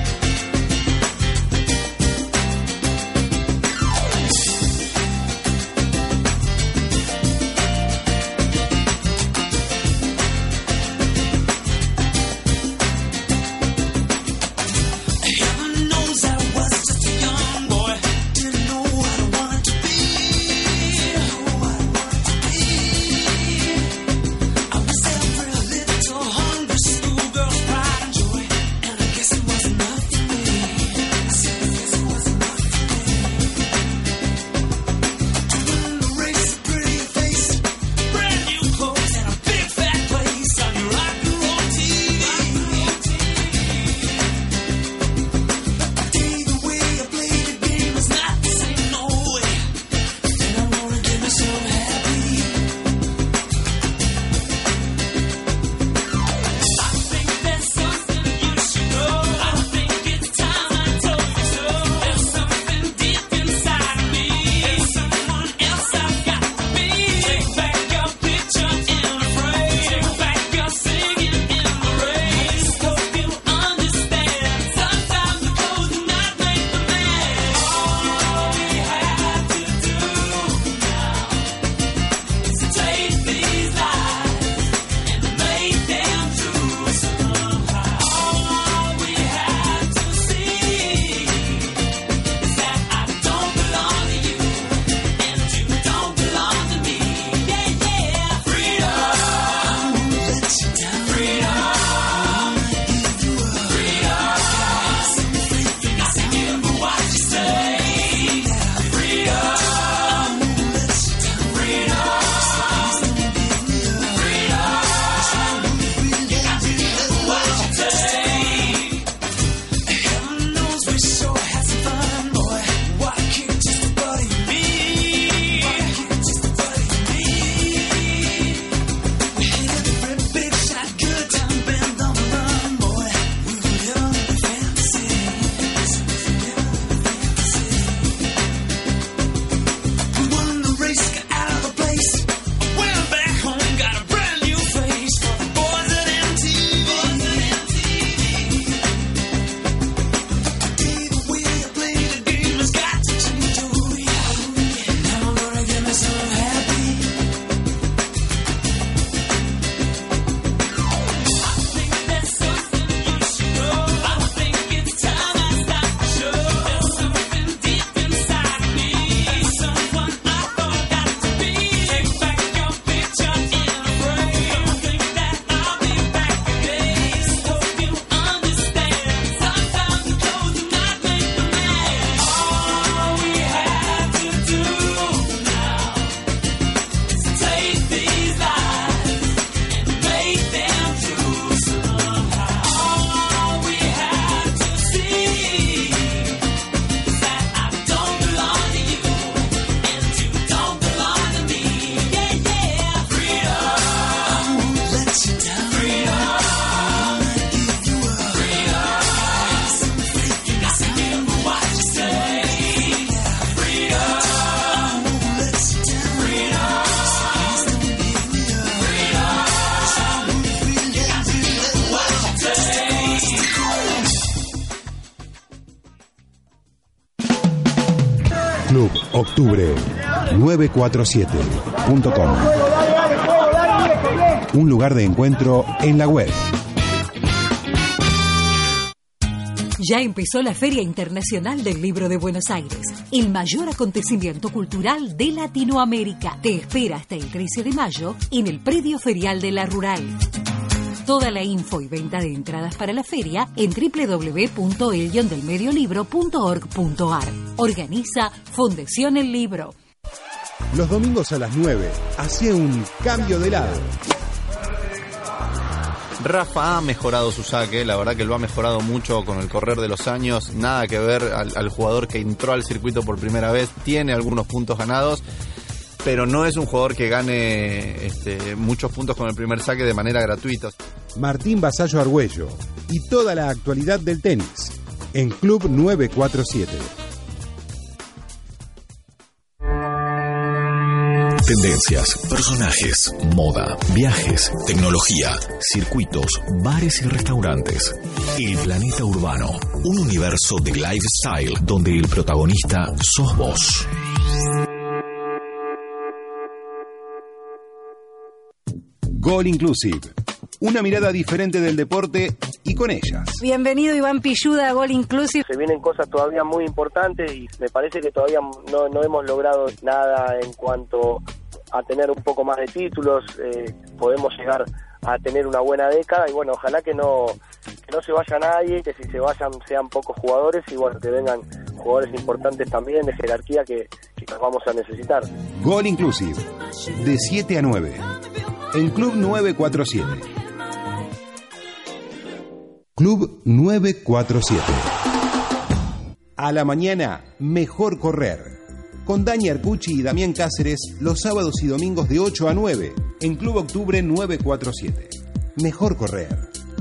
Thank Club Octubre nueve cuatro siete punto com. Un lugar de encuentro en la web. Ya empezó la Feria Internacional del Libro de Buenos Aires, el mayor acontecimiento cultural de Latinoamérica. Te espera hasta el trece de mayo en el predio ferial de La Rural. Toda la info y venta de entradas para la feria en doble u doble u doble u punto el guion del medio libro punto org punto ar. Organiza Fundación El Libro. Los domingos a las nueve, hacía un cambio de lado. Rafa ha mejorado su saque, la verdad que lo ha mejorado mucho con el correr de los años, nada que ver al, al jugador que entró al circuito por primera vez, tiene algunos puntos ganados, pero no es un jugador que gane este, muchos puntos con el primer saque de manera gratuita. Martín Vasallo Argüello y toda la actualidad del tenis en Club nueve cuatro siete. Tendencias, personajes, moda, viajes, tecnología, circuitos, bares y restaurantes. El Planeta Urbano, un universo de lifestyle donde el protagonista sos vos. Gol Inclusive. Una mirada diferente del deporte y con ellas. Bienvenido Iván Pilluda a Gol Inclusive. Se vienen cosas todavía muy importantes y me parece que todavía no, no hemos logrado nada en cuanto a tener un poco más de títulos. Eh, podemos llegar a tener una buena década y bueno, ojalá que no, que no se vaya nadie, que si se vayan sean pocos jugadores y bueno, que vengan jugadores importantes también de jerarquía que, que nos vamos a necesitar. Gol Inclusive, de siete a nueve, en Club nueve cuatro siete. Club nueve cuatro siete. A la mañana, mejor correr. Con Dani Arcucci y Damián Cáceres los sábados y domingos de ocho a nueve en Club Octubre nueve cuatro siete. Mejor correr.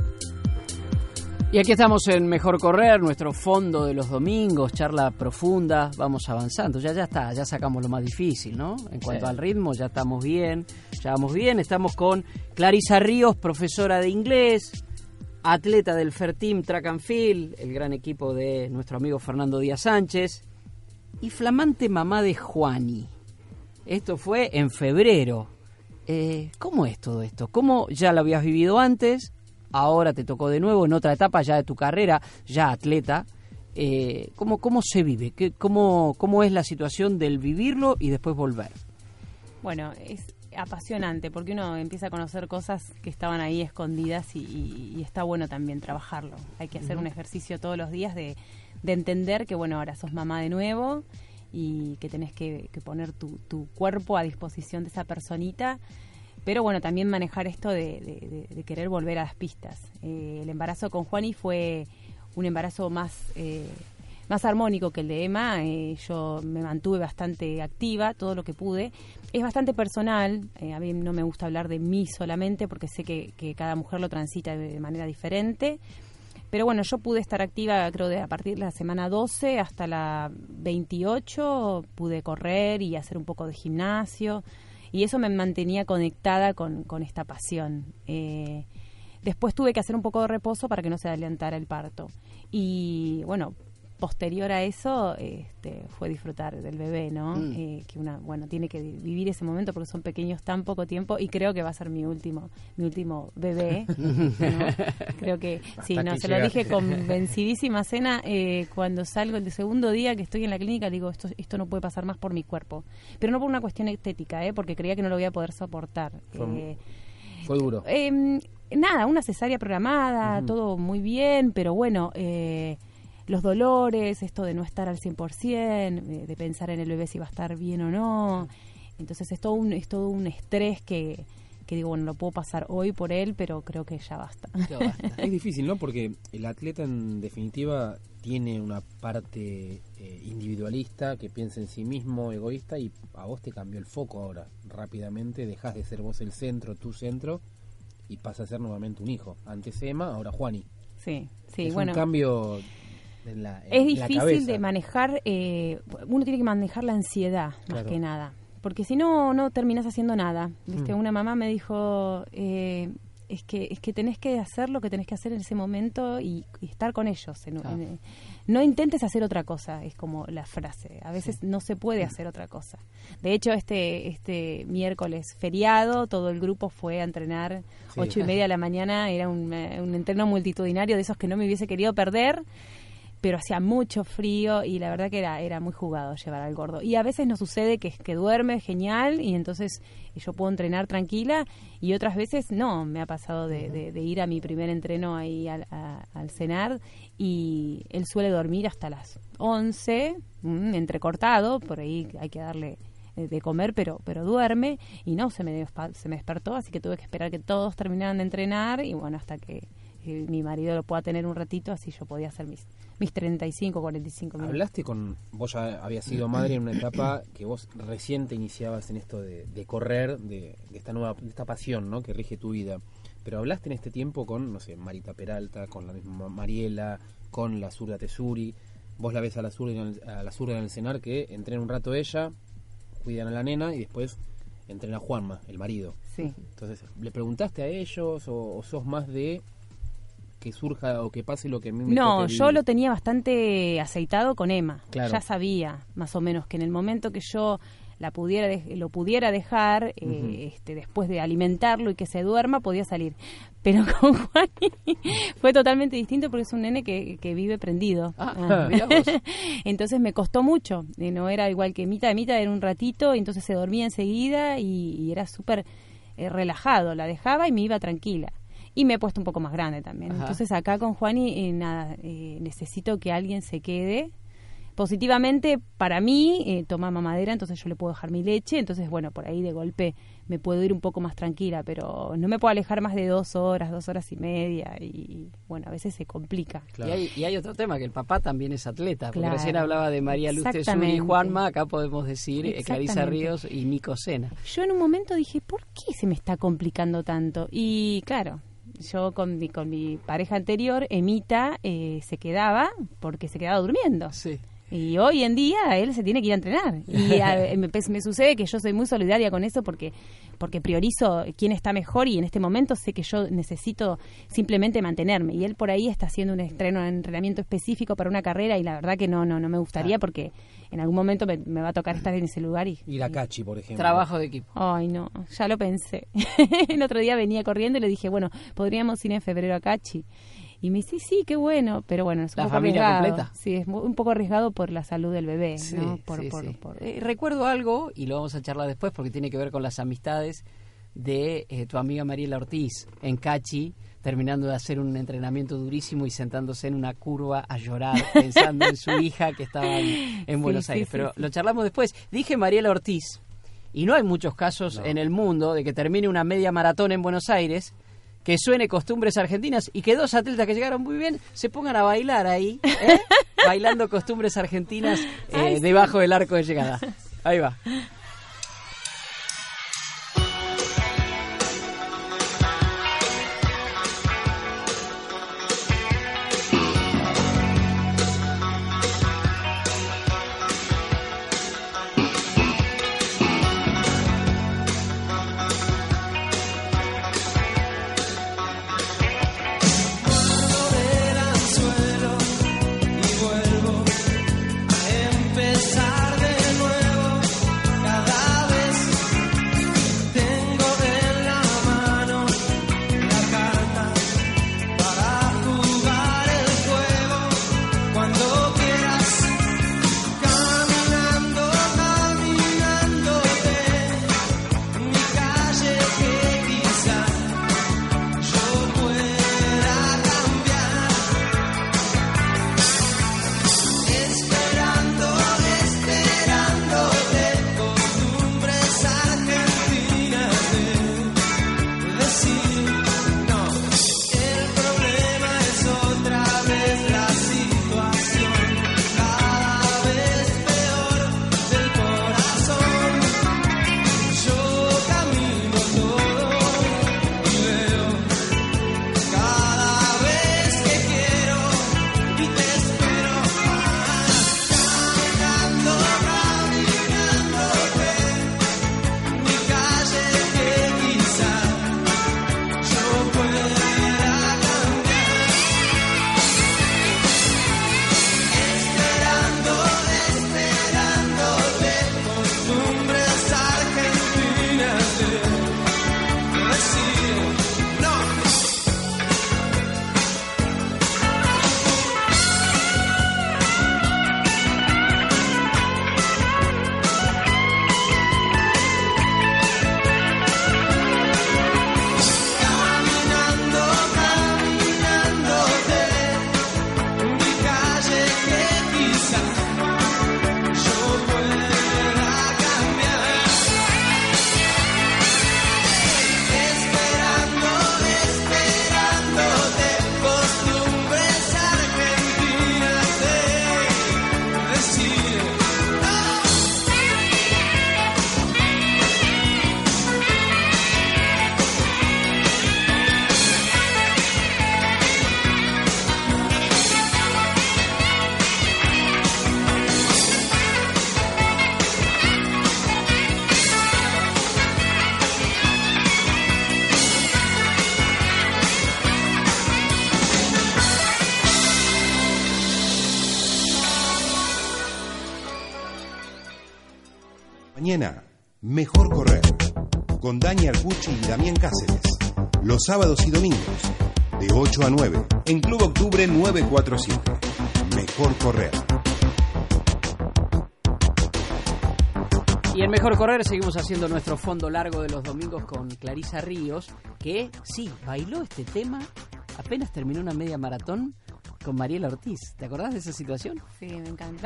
Y aquí estamos en Mejor Correr, nuestro fondo de los domingos, charla profunda, vamos avanzando. Ya ya está, ya sacamos lo más difícil, ¿no? En cuanto sí. al ritmo, ya estamos bien, ya vamos bien. Estamos con Clarisa Ríos, profesora de inglés, atleta del Fair Team Track and Field, el gran equipo de nuestro amigo Fernando Díaz Sánchez, y flamante mamá de Juani. Esto fue en febrero. Eh, ¿Cómo es todo esto? ¿Cómo ya lo habías vivido antes? Ahora te tocó de nuevo en otra etapa ya de tu carrera, ya atleta. Eh, ¿cómo, ¿Cómo se vive? ¿Qué, cómo, ¿Cómo es la situación del vivirlo y después volver? Bueno, es apasionante porque uno empieza a conocer cosas que estaban ahí escondidas y, y, y está bueno también trabajarlo. Hay que hacer uh-huh. un ejercicio todos los días de, de entender que bueno, ahora sos mamá de nuevo y que tenés que, que poner tu, tu cuerpo a disposición de esa personita. Pero bueno, también manejar esto de, de, de, de querer volver a las pistas. Eh, el embarazo con Juani fue un embarazo más, eh, más armónico que el de Emma. Eh, yo me mantuve bastante activa, todo lo que pude. Es bastante personal, eh, a mí no me gusta hablar de mí solamente porque sé que, que cada mujer lo transita de, de manera diferente. Pero bueno, yo pude estar activa, creo, de a partir de la semana doce hasta la veintiocho. Pude correr y hacer un poco de gimnasio. Y eso me mantenía conectada con, con esta pasión. Eh, después tuve que hacer un poco de reposo para que no se adelantara el parto. Y bueno, posterior a eso este, fue disfrutar del bebé, ¿no? Mm. Eh, que una, bueno, tiene que vivir ese momento porque son pequeños tan poco tiempo y creo que va a ser mi último, mi último bebé. ¿no? Creo que, sí, no, se lo dije convencidísima cena eh, cuando salgo el segundo día que estoy en la clínica, digo, esto, esto no puede pasar más por mi cuerpo. Pero no por una cuestión estética, ¿eh? Porque creía que no lo voy a poder soportar. Fue, eh, fue duro. Eh, nada, una cesárea programada, uh-huh. todo muy bien, pero bueno, eh, los dolores, esto de no estar al cien por ciento, de, de pensar en el bebé si va a estar bien o no. Entonces es todo un, es todo un estrés que, que digo, bueno, lo puedo pasar hoy por él, pero creo que ya basta. Ya basta. Es difícil, ¿no? Porque el atleta en definitiva tiene una parte eh, individualista que piensa en sí mismo, egoísta, y a vos te cambió el foco ahora. Rápidamente dejás de ser vos el centro, tu centro, y pasa a ser nuevamente un hijo. Antes Emma, ahora Juani. Sí, sí, es bueno. un cambio... En la, en es difícil la cabeza. de manejar, eh, uno tiene que manejar la ansiedad más claro. que nada, porque si no, no terminas haciendo nada. ¿Viste? Mm. Una mamá me dijo, eh, es que es que tenés que hacer lo que tenés que hacer en ese momento y, y estar con ellos. En, ah. en, no intentes hacer otra cosa, es como la frase. A veces no se puede hacer otra cosa. De hecho, este este miércoles feriado, todo el grupo fue a entrenar, sí. ocho y media de la mañana, era un, un entreno multitudinario de esos que no me hubiese querido perder, pero hacía mucho frío y la verdad que era era muy jugado llevar al gordo. Y a veces nos sucede que, que duerme genial y entonces yo puedo entrenar tranquila, y otras veces no, me ha pasado de, de, de ir a mi primer entreno ahí al, a, al cenar, y él suele dormir hasta las once, mmm, entrecortado, por ahí hay que darle de comer, pero pero duerme, y no, se me, se me despertó, así que tuve que esperar que todos terminaran de entrenar, y bueno, hasta que eh, mi marido lo pueda tener un ratito, así yo podía hacer mis mis treinta y cinco, cuarenta y cinco minutos. Hablaste con, vos ya habías sido madre en una etapa que vos recién te iniciabas en esto de, de correr, de, de esta nueva, de esta pasión, ¿no?, que rige tu vida. Pero hablaste en este tiempo con, no sé, Marita Peralta, con la misma Mariela, con la zurda Tesuri. Vos la ves a la zurda, a la zurda en el cenar, que entrena un rato ella, cuidan a la nena y después entrena Juanma, el marido. Sí. Entonces, ¿le preguntaste a ellos o, o sos más de que surja o que pase lo que a mí me No, toque yo vivir? lo tenía bastante aceitado con Emma. Claro. Ya sabía, más o menos, que en el momento que yo la pudiera de- lo pudiera dejar, eh, Ujú. este, después de alimentarlo y que se duerma, podía salir. Pero con Juani fue totalmente distinto, porque es un nene que, que vive prendido. Ah, mirá vos. Entonces me costó mucho. Eh, no era igual que Mita. Mita era un ratito, y entonces se dormía enseguida y, y era súper eh, relajado. La dejaba y me iba tranquila. Y me he puesto un poco más grande también. Ajá. Entonces acá con Juani, eh, nada, eh, necesito que alguien se quede. Positivamente, para mí, eh, toma mamadera, entonces yo le puedo dejar mi leche. Entonces, bueno, por ahí de golpe me puedo ir un poco más tranquila, pero no me puedo alejar más de dos horas, dos horas y media. Y bueno, a veces se complica. Claro. Y, hay, y hay otro tema, que el papá también es atleta. Porque Claro. recién hablaba de María Luz Tesuri y Exactamente. Juanma, acá podemos decir eh, Clarisa Exactamente. Ríos y Nico Sena. Yo en un momento dije, ¿por qué se me está complicando tanto? Y claro, yo con mi, con mi pareja anterior, Emita, eh, se quedaba porque se quedaba durmiendo. Sí. Y hoy en día él se tiene que ir a entrenar. Y a- me, me sucede que yo soy muy solidaria con eso, porque porque priorizo quién está mejor, y en este momento sé que yo necesito simplemente mantenerme. Y él por ahí está haciendo un estreno, un entrenamiento específico para una carrera, y la verdad que no no no me gustaría, porque en algún momento me, me va a tocar estar en ese lugar. Y, Ir a Cachi, por ejemplo. Trabajo de equipo. Ay, no, ya lo pensé. El otro día venía corriendo y le dije, bueno, podríamos ir en febrero a Cachi. Y me dice, sí, qué bueno, pero bueno, es un ¿La poco familia arriesgado. completa? Sí, es mu- un poco arriesgado por la salud del bebé, Sí, ¿no? Por, sí, por, sí. por- Eh, recuerdo algo, y lo vamos a charlar después porque tiene que ver con las amistades de eh, tu amiga Mariela Ortiz en Cachi, terminando de hacer un entrenamiento durísimo y sentándose en una curva a llorar pensando en su hija que estaba en, en Sí, Buenos sí, Aires. sí, Pero sí. lo charlamos después. Dije Mariela Ortiz, y no hay muchos casos No. en el mundo de que termine una media maratón en Buenos Aires, que suene Costumbres Argentinas y que dos atletas que llegaron muy bien se pongan a bailar ahí, ¿eh? Bailando Costumbres Argentinas eh, Ay, sí. debajo del arco de llegada. Ahí va. del anzuelo y vuelvo a empezar de nuevo. Mañana, Mejor Correr, con Dani Arcucci y Damián Cáceres. Los sábados y domingos, de ocho a nueve, en Club Octubre nueve cuatro siete. Mejor Correr. Y en Mejor Correr seguimos haciendo nuestro fondo largo de los domingos con Clarisa Ríos, que sí, bailó este tema apenas terminó una media maratón con Mariela Ortiz. ¿Te acordás de esa situación? Sí, me encanta.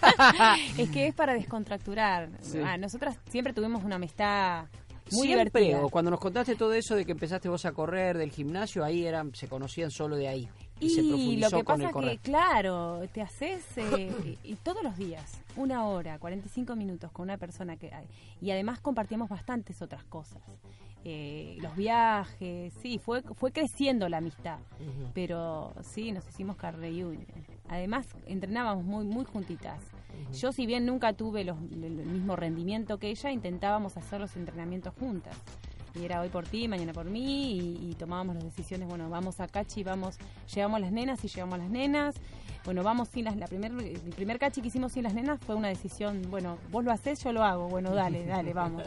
Es que es para descontracturar. Sí. Ah, nosotras siempre tuvimos una amistad muy siempre, divertida. O cuando nos contaste todo eso de que empezaste vos a correr del gimnasio, ahí eran, se conocían solo de ahí. Y, y se profundizó lo que con pasa el correr. es que, claro, te haces eh, y todos los días, una hora, cuarenta y cinco minutos con una persona que hay. Y además compartimos bastantes otras cosas. Eh, los viajes, sí, fue fue creciendo la amistad, uh-huh. Pero sí, nos hicimos car reunion. Además, entrenábamos muy muy juntitas. Uh-huh. Yo, si bien nunca tuve los, el mismo rendimiento que ella, intentábamos hacer los entrenamientos juntas. Y era hoy por ti, mañana por mí, y, y tomábamos las decisiones, bueno, vamos a Cachi, vamos, llevamos las nenas y llevamos las nenas. Bueno, vamos sin las, la primer, el primer Cachi que hicimos sin las nenas fue una decisión, bueno, vos lo hacés, yo lo hago, bueno, dale, dale, vamos.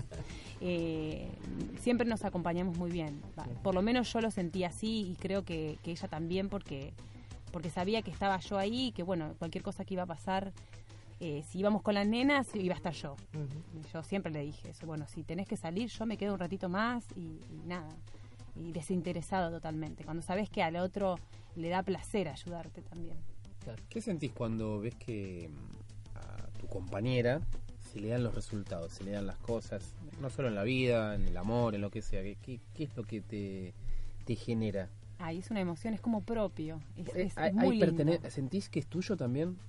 Eh, siempre nos acompañamos muy bien, por lo menos yo lo sentí así y creo que, que ella también, porque porque sabía que estaba yo ahí y que, bueno, cualquier cosa que iba a pasar, eh, si íbamos con las nenas, iba a estar yo. Uh-huh. Yo siempre le dije eso, bueno, si tenés que salir, yo me quedo un ratito más y, y nada, y desinteresado totalmente, cuando sabés que al otro le da placer ayudarte también. ¿Qué sentís cuando ves que a tu compañera se le dan los resultados, se le dan las cosas, no solo en la vida, en el amor, en lo que sea? ¿Qué, qué es lo que te, te genera? Ay, es una emoción, es como propio. Es, es, es ¿Hay, muy hay lindo. pertene- ¿Sentís que es tuyo también?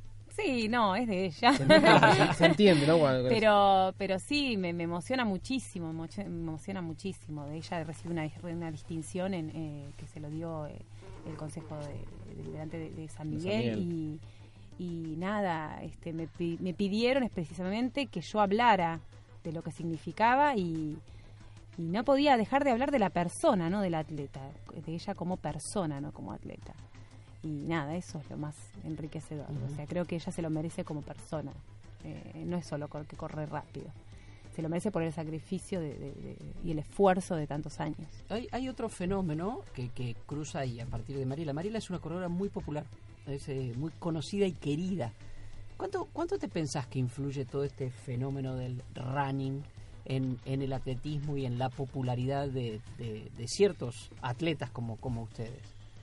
Sí, no, es de ella. Se, se entiende, ¿no? Bueno, pero pero sí, me, me emociona muchísimo, me emociona muchísimo. De ella recibí una, una distinción en, eh, que se lo dio eh, el Consejo de, de, delante de, de San Miguel, San Miguel. Y, y nada, este, me, me pidieron precisamente que yo hablara de lo que significaba y, y no podía dejar de hablar de la persona, no del atleta, de ella como persona, no como atleta. Y nada, eso es lo más enriquecedor. Uh-huh. O sea, creo que ella se lo merece como persona. Eh, no es solo que corre rápido. Se lo merece por el sacrificio de, de, de, y el esfuerzo de tantos años. Hay, hay otro fenómeno que, que cruza ahí a partir de Mariela. Mariela es una corredora muy popular, es eh, muy conocida y querida. ¿Cuánto, ¿Cuánto te pensás que influye todo este fenómeno del running en, en el atletismo y en la popularidad de, de, de ciertos atletas como, como ustedes?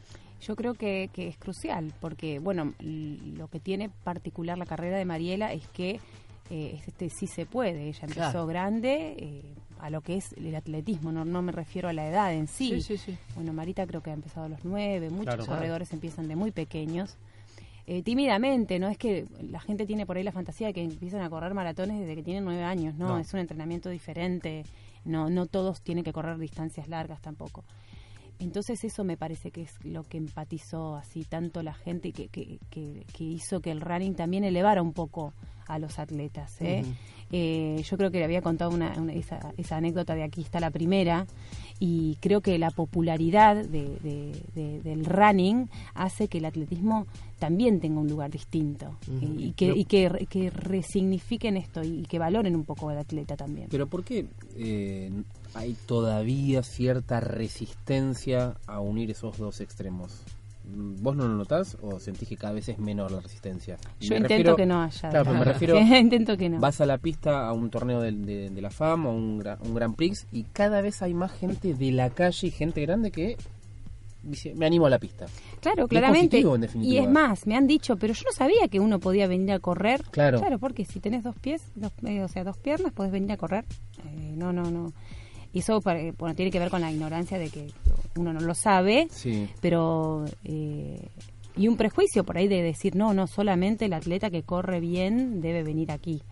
Yo creo que, que es crucial, porque bueno, lo que tiene particular la carrera de Mariela es que eh, este sí se puede. Ella empezó claro. grande eh, a lo que es el atletismo, no, no me refiero a la edad en sí. Sí, sí, sí. Bueno, Marita creo que ha empezado a los nueve, muchos claro, corredores claro. empiezan de muy pequeños. Eh, tímidamente, no es que la gente tiene por ahí la fantasía de que empiezan a correr maratones desde que tienen nueve años, no, no. Es un entrenamiento diferente, no, no todos tienen que correr distancias largas tampoco. Entonces eso me parece que es lo que empatizó así tanto la gente y que, que, que, que hizo que el running también elevara un poco a los atletas. ¿eh? Uh-huh. Eh, yo creo que le había contado una, una, esa, esa anécdota de Aquí está la primera, y creo que la popularidad de, de, de, del running hace que el atletismo también tenga un lugar distinto. Uh-huh. y, y, que, Pero, y que, que resignifiquen esto y que valoren un poco al atleta también. Pero ¿por qué eh, hay todavía cierta resistencia a unir esos dos extremos? ¿Vos no lo notás o sentís que cada vez es menor la resistencia? Yo me intento refiero, que no haya. Claro, pero me refiero, intento que no. Vas a la pista a un torneo de, de, de la FAM o un, un Grand Prix y cada vez hay más gente de la calle y gente grande que dice, me animo a la pista. Claro, claramente. Es positivo, y es más, me han dicho, pero yo no sabía que uno podía venir a correr. Claro. Claro, porque si tenés dos pies, dos, eh, o sea, dos piernas, podés venir a correr. Eh, no, no, no. Y eso bueno, tiene que ver con la ignorancia de que uno no lo sabe, sí. pero eh, y un prejuicio por ahí de decir no, no solamente el atleta que corre bien debe venir aquí.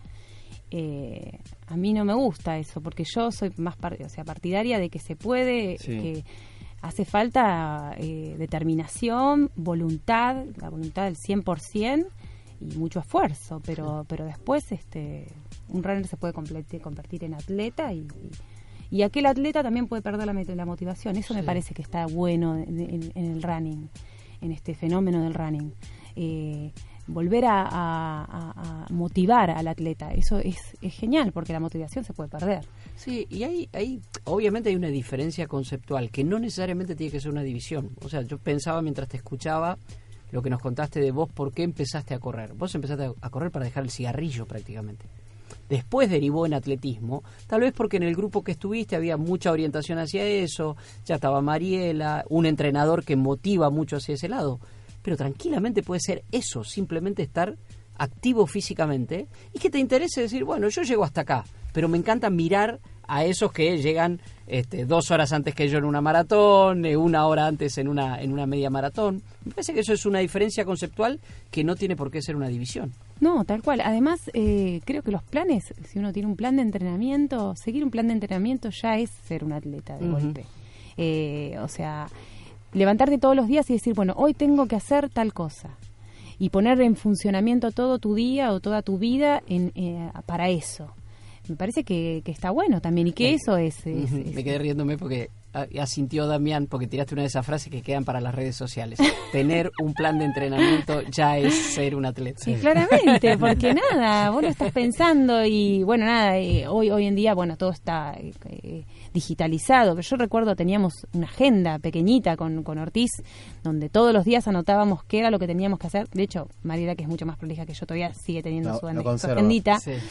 Eh, a mí no me gusta eso, porque yo soy más part- o sea, partidaria de que se puede, sí. que hace falta eh, determinación, voluntad, la voluntad del cien por ciento y mucho esfuerzo, pero pero después este un runner se puede convertir, convertir en atleta y, y Y aquel atleta también puede perder la, la motivación. Eso sí. Me parece que está bueno en, en, en el running, en este fenómeno del running. Eh, volver a, a, a, motivar al atleta. Eso es, es genial, porque la motivación se puede perder. Sí, y hay, hay, obviamente hay una diferencia conceptual, que no necesariamente tiene que ser una división. O sea, yo pensaba mientras te escuchaba lo que nos contaste de vos, ¿por qué empezaste a correr? Vos empezaste a, a correr para dejar el cigarrillo prácticamente. Después derivó en atletismo, tal vez porque en el grupo que estuviste había mucha orientación hacia eso, ya estaba Mariela, un entrenador que motiva mucho hacia ese lado. Pero tranquilamente puede ser eso, simplemente estar activo físicamente y que te interese decir, bueno, yo llego hasta acá, pero me encanta mirar a esos que llegan este, dos horas antes que yo en una maratón, eh, una hora antes en una, en una media maratón. Me parece que eso es una diferencia conceptual que no tiene por qué ser una división. No, tal cual. Además, eh, creo que los planes, si uno tiene un plan de entrenamiento, seguir un plan de entrenamiento ya es ser un atleta de uh-huh. golpe. Eh, o sea, levantarte todos los días y decir, bueno, hoy tengo que hacer tal cosa. Y poner en funcionamiento todo tu día o toda tu vida en, eh, para eso. Me parece que, que está bueno también y que me, eso es, es, uh-huh. es... Me quedé riéndome porque asintió Damián porque tiraste una de esas frases que quedan para las redes sociales. Tener un plan de entrenamiento ya es ser un atleta. Sí, claramente, porque nada, vos lo estás pensando y bueno, nada, eh, hoy hoy en día, bueno, todo está eh, digitalizado. Pero yo recuerdo teníamos una agenda pequeñita con, con Ortiz, donde todos los días anotábamos qué era lo que teníamos que hacer. De hecho, Mariela, que es mucho más prolija que yo, todavía sigue teniendo no, su, no su agendita. Sí.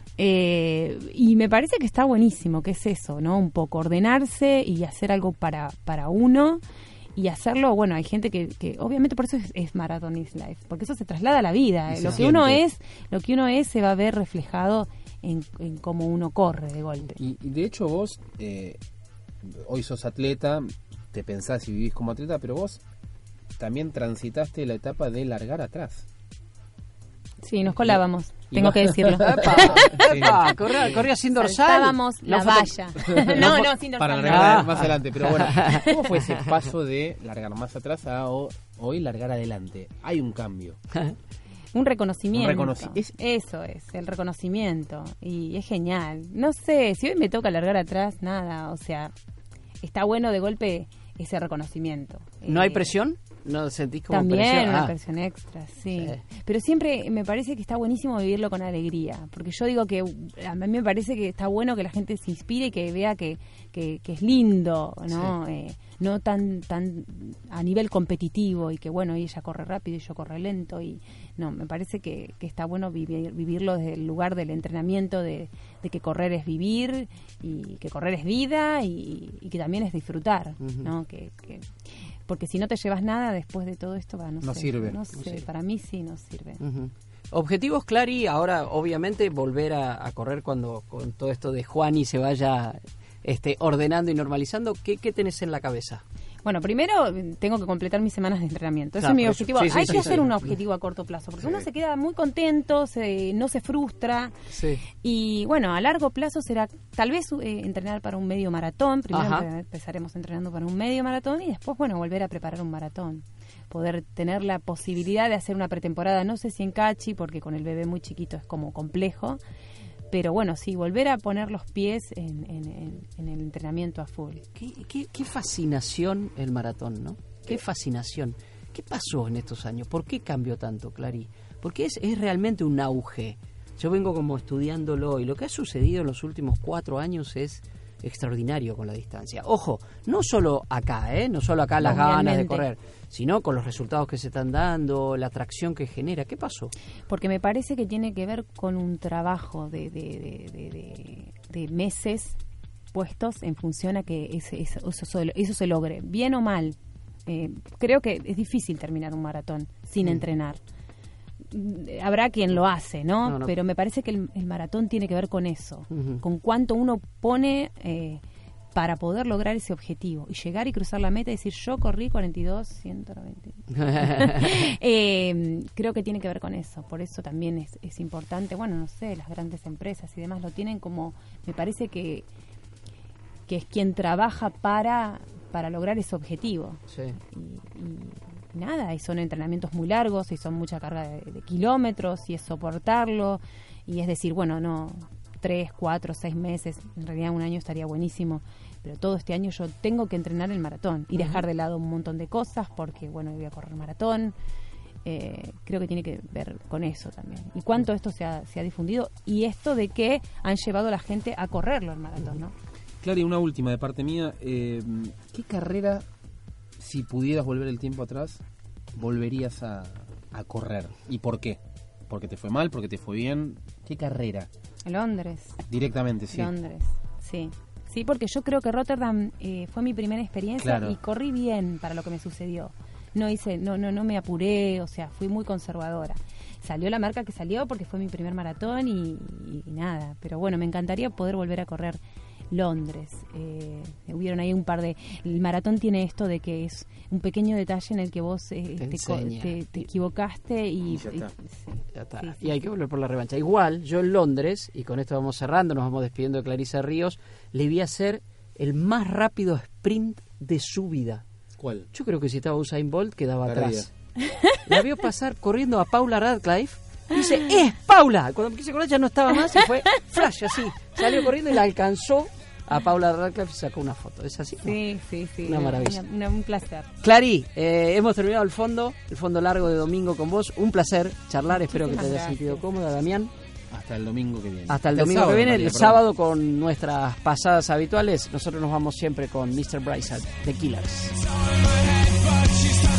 Eh, y me parece que está buenísimo, que es eso, ¿no? Un poco ordenarse y hacer algo para, para uno y hacerlo, bueno, hay gente que, que obviamente por eso es, es Marathon is Life, porque eso se traslada a la vida, ¿eh? Lo que uno es, lo que uno es se va a ver reflejado en, en cómo uno corre de golpe. Y, y de hecho vos, eh, hoy sos atleta, te pensás y vivís como atleta, pero vos también transitaste la etapa de largar atrás. Sí, nos colábamos, tengo que decirlo. ¡Epa! ¡Epa! Corría, corría sin dorsal. Saltábamos la no valla. no, no, sin dorsal. Para largar ah. más adelante, pero bueno, ¿cómo fue ese paso de largar más atrás a o, hoy largar adelante? Hay un cambio. Un reconocimiento. Un reconoci- es... Eso es, el reconocimiento. Y es genial. No sé, si hoy me toca largar atrás, nada, o sea, está bueno de golpe ese reconocimiento. ¿No eh, hay presión? ¿No sentís como también presión? una Ah. presión extra, sí. sí. Pero siempre me parece que está buenísimo vivirlo con alegría, porque yo digo que a mí me parece que está bueno que la gente se inspire y que vea que, que, que es lindo, ¿no? Sí. Eh, no tan tan a nivel competitivo y que bueno, y ella corre rápido y yo corro lento y no, me parece que, que está bueno vivir, vivirlo desde el lugar del entrenamiento, de, de que correr es vivir y que correr es vida y, y que también es disfrutar, uh-huh. ¿no? Que, que porque si no te llevas nada después de todo esto, va, no, no sé, sirve. No sé, no sirve. Para mí sí no sirve. Uh-huh. Objetivos, Clary, ahora obviamente volver a, a correr cuando con todo esto de Juani se vaya este, ordenando y normalizando. ¿Qué, qué tenés en la cabeza? Bueno, primero tengo que completar mis semanas de entrenamiento. Ese claro, es mi objetivo. Sí, sí, Hay sí, que sí, hacer sí. un objetivo a corto plazo, porque Sí. uno se queda muy contento, se, no se frustra. Sí. Y bueno, a largo plazo será tal vez eh, entrenar para un medio maratón. Primero Ajá. empezaremos entrenando para un medio maratón y después, bueno, volver a preparar un maratón. Poder tener la posibilidad de hacer una pretemporada, no sé si en Cachi, porque con el bebé muy chiquito es como complejo. Pero bueno, sí, volver a poner los pies en, en, en, en el entrenamiento a full. ¿Qué, qué, qué fascinación el maratón, ¿no? Qué fascinación. ¿Qué pasó en estos años? ¿Por qué cambió tanto, Clary? Porque es, es realmente un auge. Yo vengo como estudiándolo y lo que ha sucedido en los últimos cuatro años es extraordinario con la distancia. Ojo, no solo acá, ¿eh? No solo acá las Obviamente. ganas de correr, sino con los resultados que se están dando, la atracción que genera. ¿Qué pasó? Porque me parece que tiene que ver con un trabajo de, de, de, de, de, de meses puestos en función a que ese, eso, eso, eso se logre, bien o mal. Eh, creo que es difícil terminar un maratón sin mm. entrenar. Habrá quien lo hace, ¿no? no, no. Pero me parece que el, el maratón tiene que ver con eso, uh-huh. con cuánto uno pone eh, para poder lograr ese objetivo y llegar y cruzar la meta y decir yo corrí cuarenta y dos, ciento noventa. eh, creo que tiene que ver con eso, por eso también es, es importante, bueno, no sé, las grandes empresas y demás lo tienen como, me parece que que es quien trabaja para para lograr ese objetivo. Sí. Y, y, nada, y son entrenamientos muy largos y son mucha carga de, de kilómetros y es soportarlo y es decir, bueno, no, tres, cuatro, seis meses, en realidad un año estaría buenísimo, pero todo este año yo tengo que entrenar el maratón y uh-huh. dejar de lado un montón de cosas porque, bueno, voy a correr maratón Eh, creo que tiene que ver con eso también. Y cuánto esto se ha, se ha difundido y esto de que han llevado a la gente a correrlo el maratón, ¿no? Claro, y una última de parte mía. Eh, ¿Qué carrera, si pudieras volver el tiempo atrás, volverías a, a correr? ¿Y por qué? ¿Porque te fue mal? ¿Porque te fue bien? ¿Qué carrera? Londres. Directamente, sí. Londres, sí. Sí, porque yo creo que Rotterdam eh, fue mi primera experiencia Claro. y corrí bien para lo que me sucedió. No hice, no, no, no me apuré, o sea, fui muy conservadora. Salió la marca que salió porque fue mi primer maratón y, y nada. Pero bueno, me encantaría poder volver a correr Londres. Eh, hubieron ahí un par de... El maratón tiene esto de que es un pequeño detalle en el que vos eh, Te te, co- enseña. te- te equivocaste y... Y ya está. y- sí. Ya está. Sí, sí, Y hay sí. que volver por la revancha. Igual, yo en Londres, y con esto vamos cerrando, nos vamos despidiendo de Clarisa Ríos, le vi hacer el más rápido sprint de su vida. ¿Cuál? Yo creo que si estaba Usain Bolt quedaba Perdida. atrás. La vio pasar corriendo a Paula Radcliffe. Y dice, ¡es Paula! Cuando me quise acordar ya no estaba más y fue flash así. Salió corriendo y la alcanzó a Paula Radcliffe y sacó una foto. ¿Es así? Sí, sí, sí. Una maravilla. Una- una- un placer. Clary, eh, hemos terminado el fondo, el fondo largo de domingo con vos. Un placer charlar, espero que te Muchísimas hayas sentido gracias. cómoda, Damián. Hasta el domingo que viene. Hasta el domingo que sábado, viene, María, el perdón. sábado con nuestras pasadas habituales. Nosotros nos vamos siempre con mister Brightside, The Killers. But she's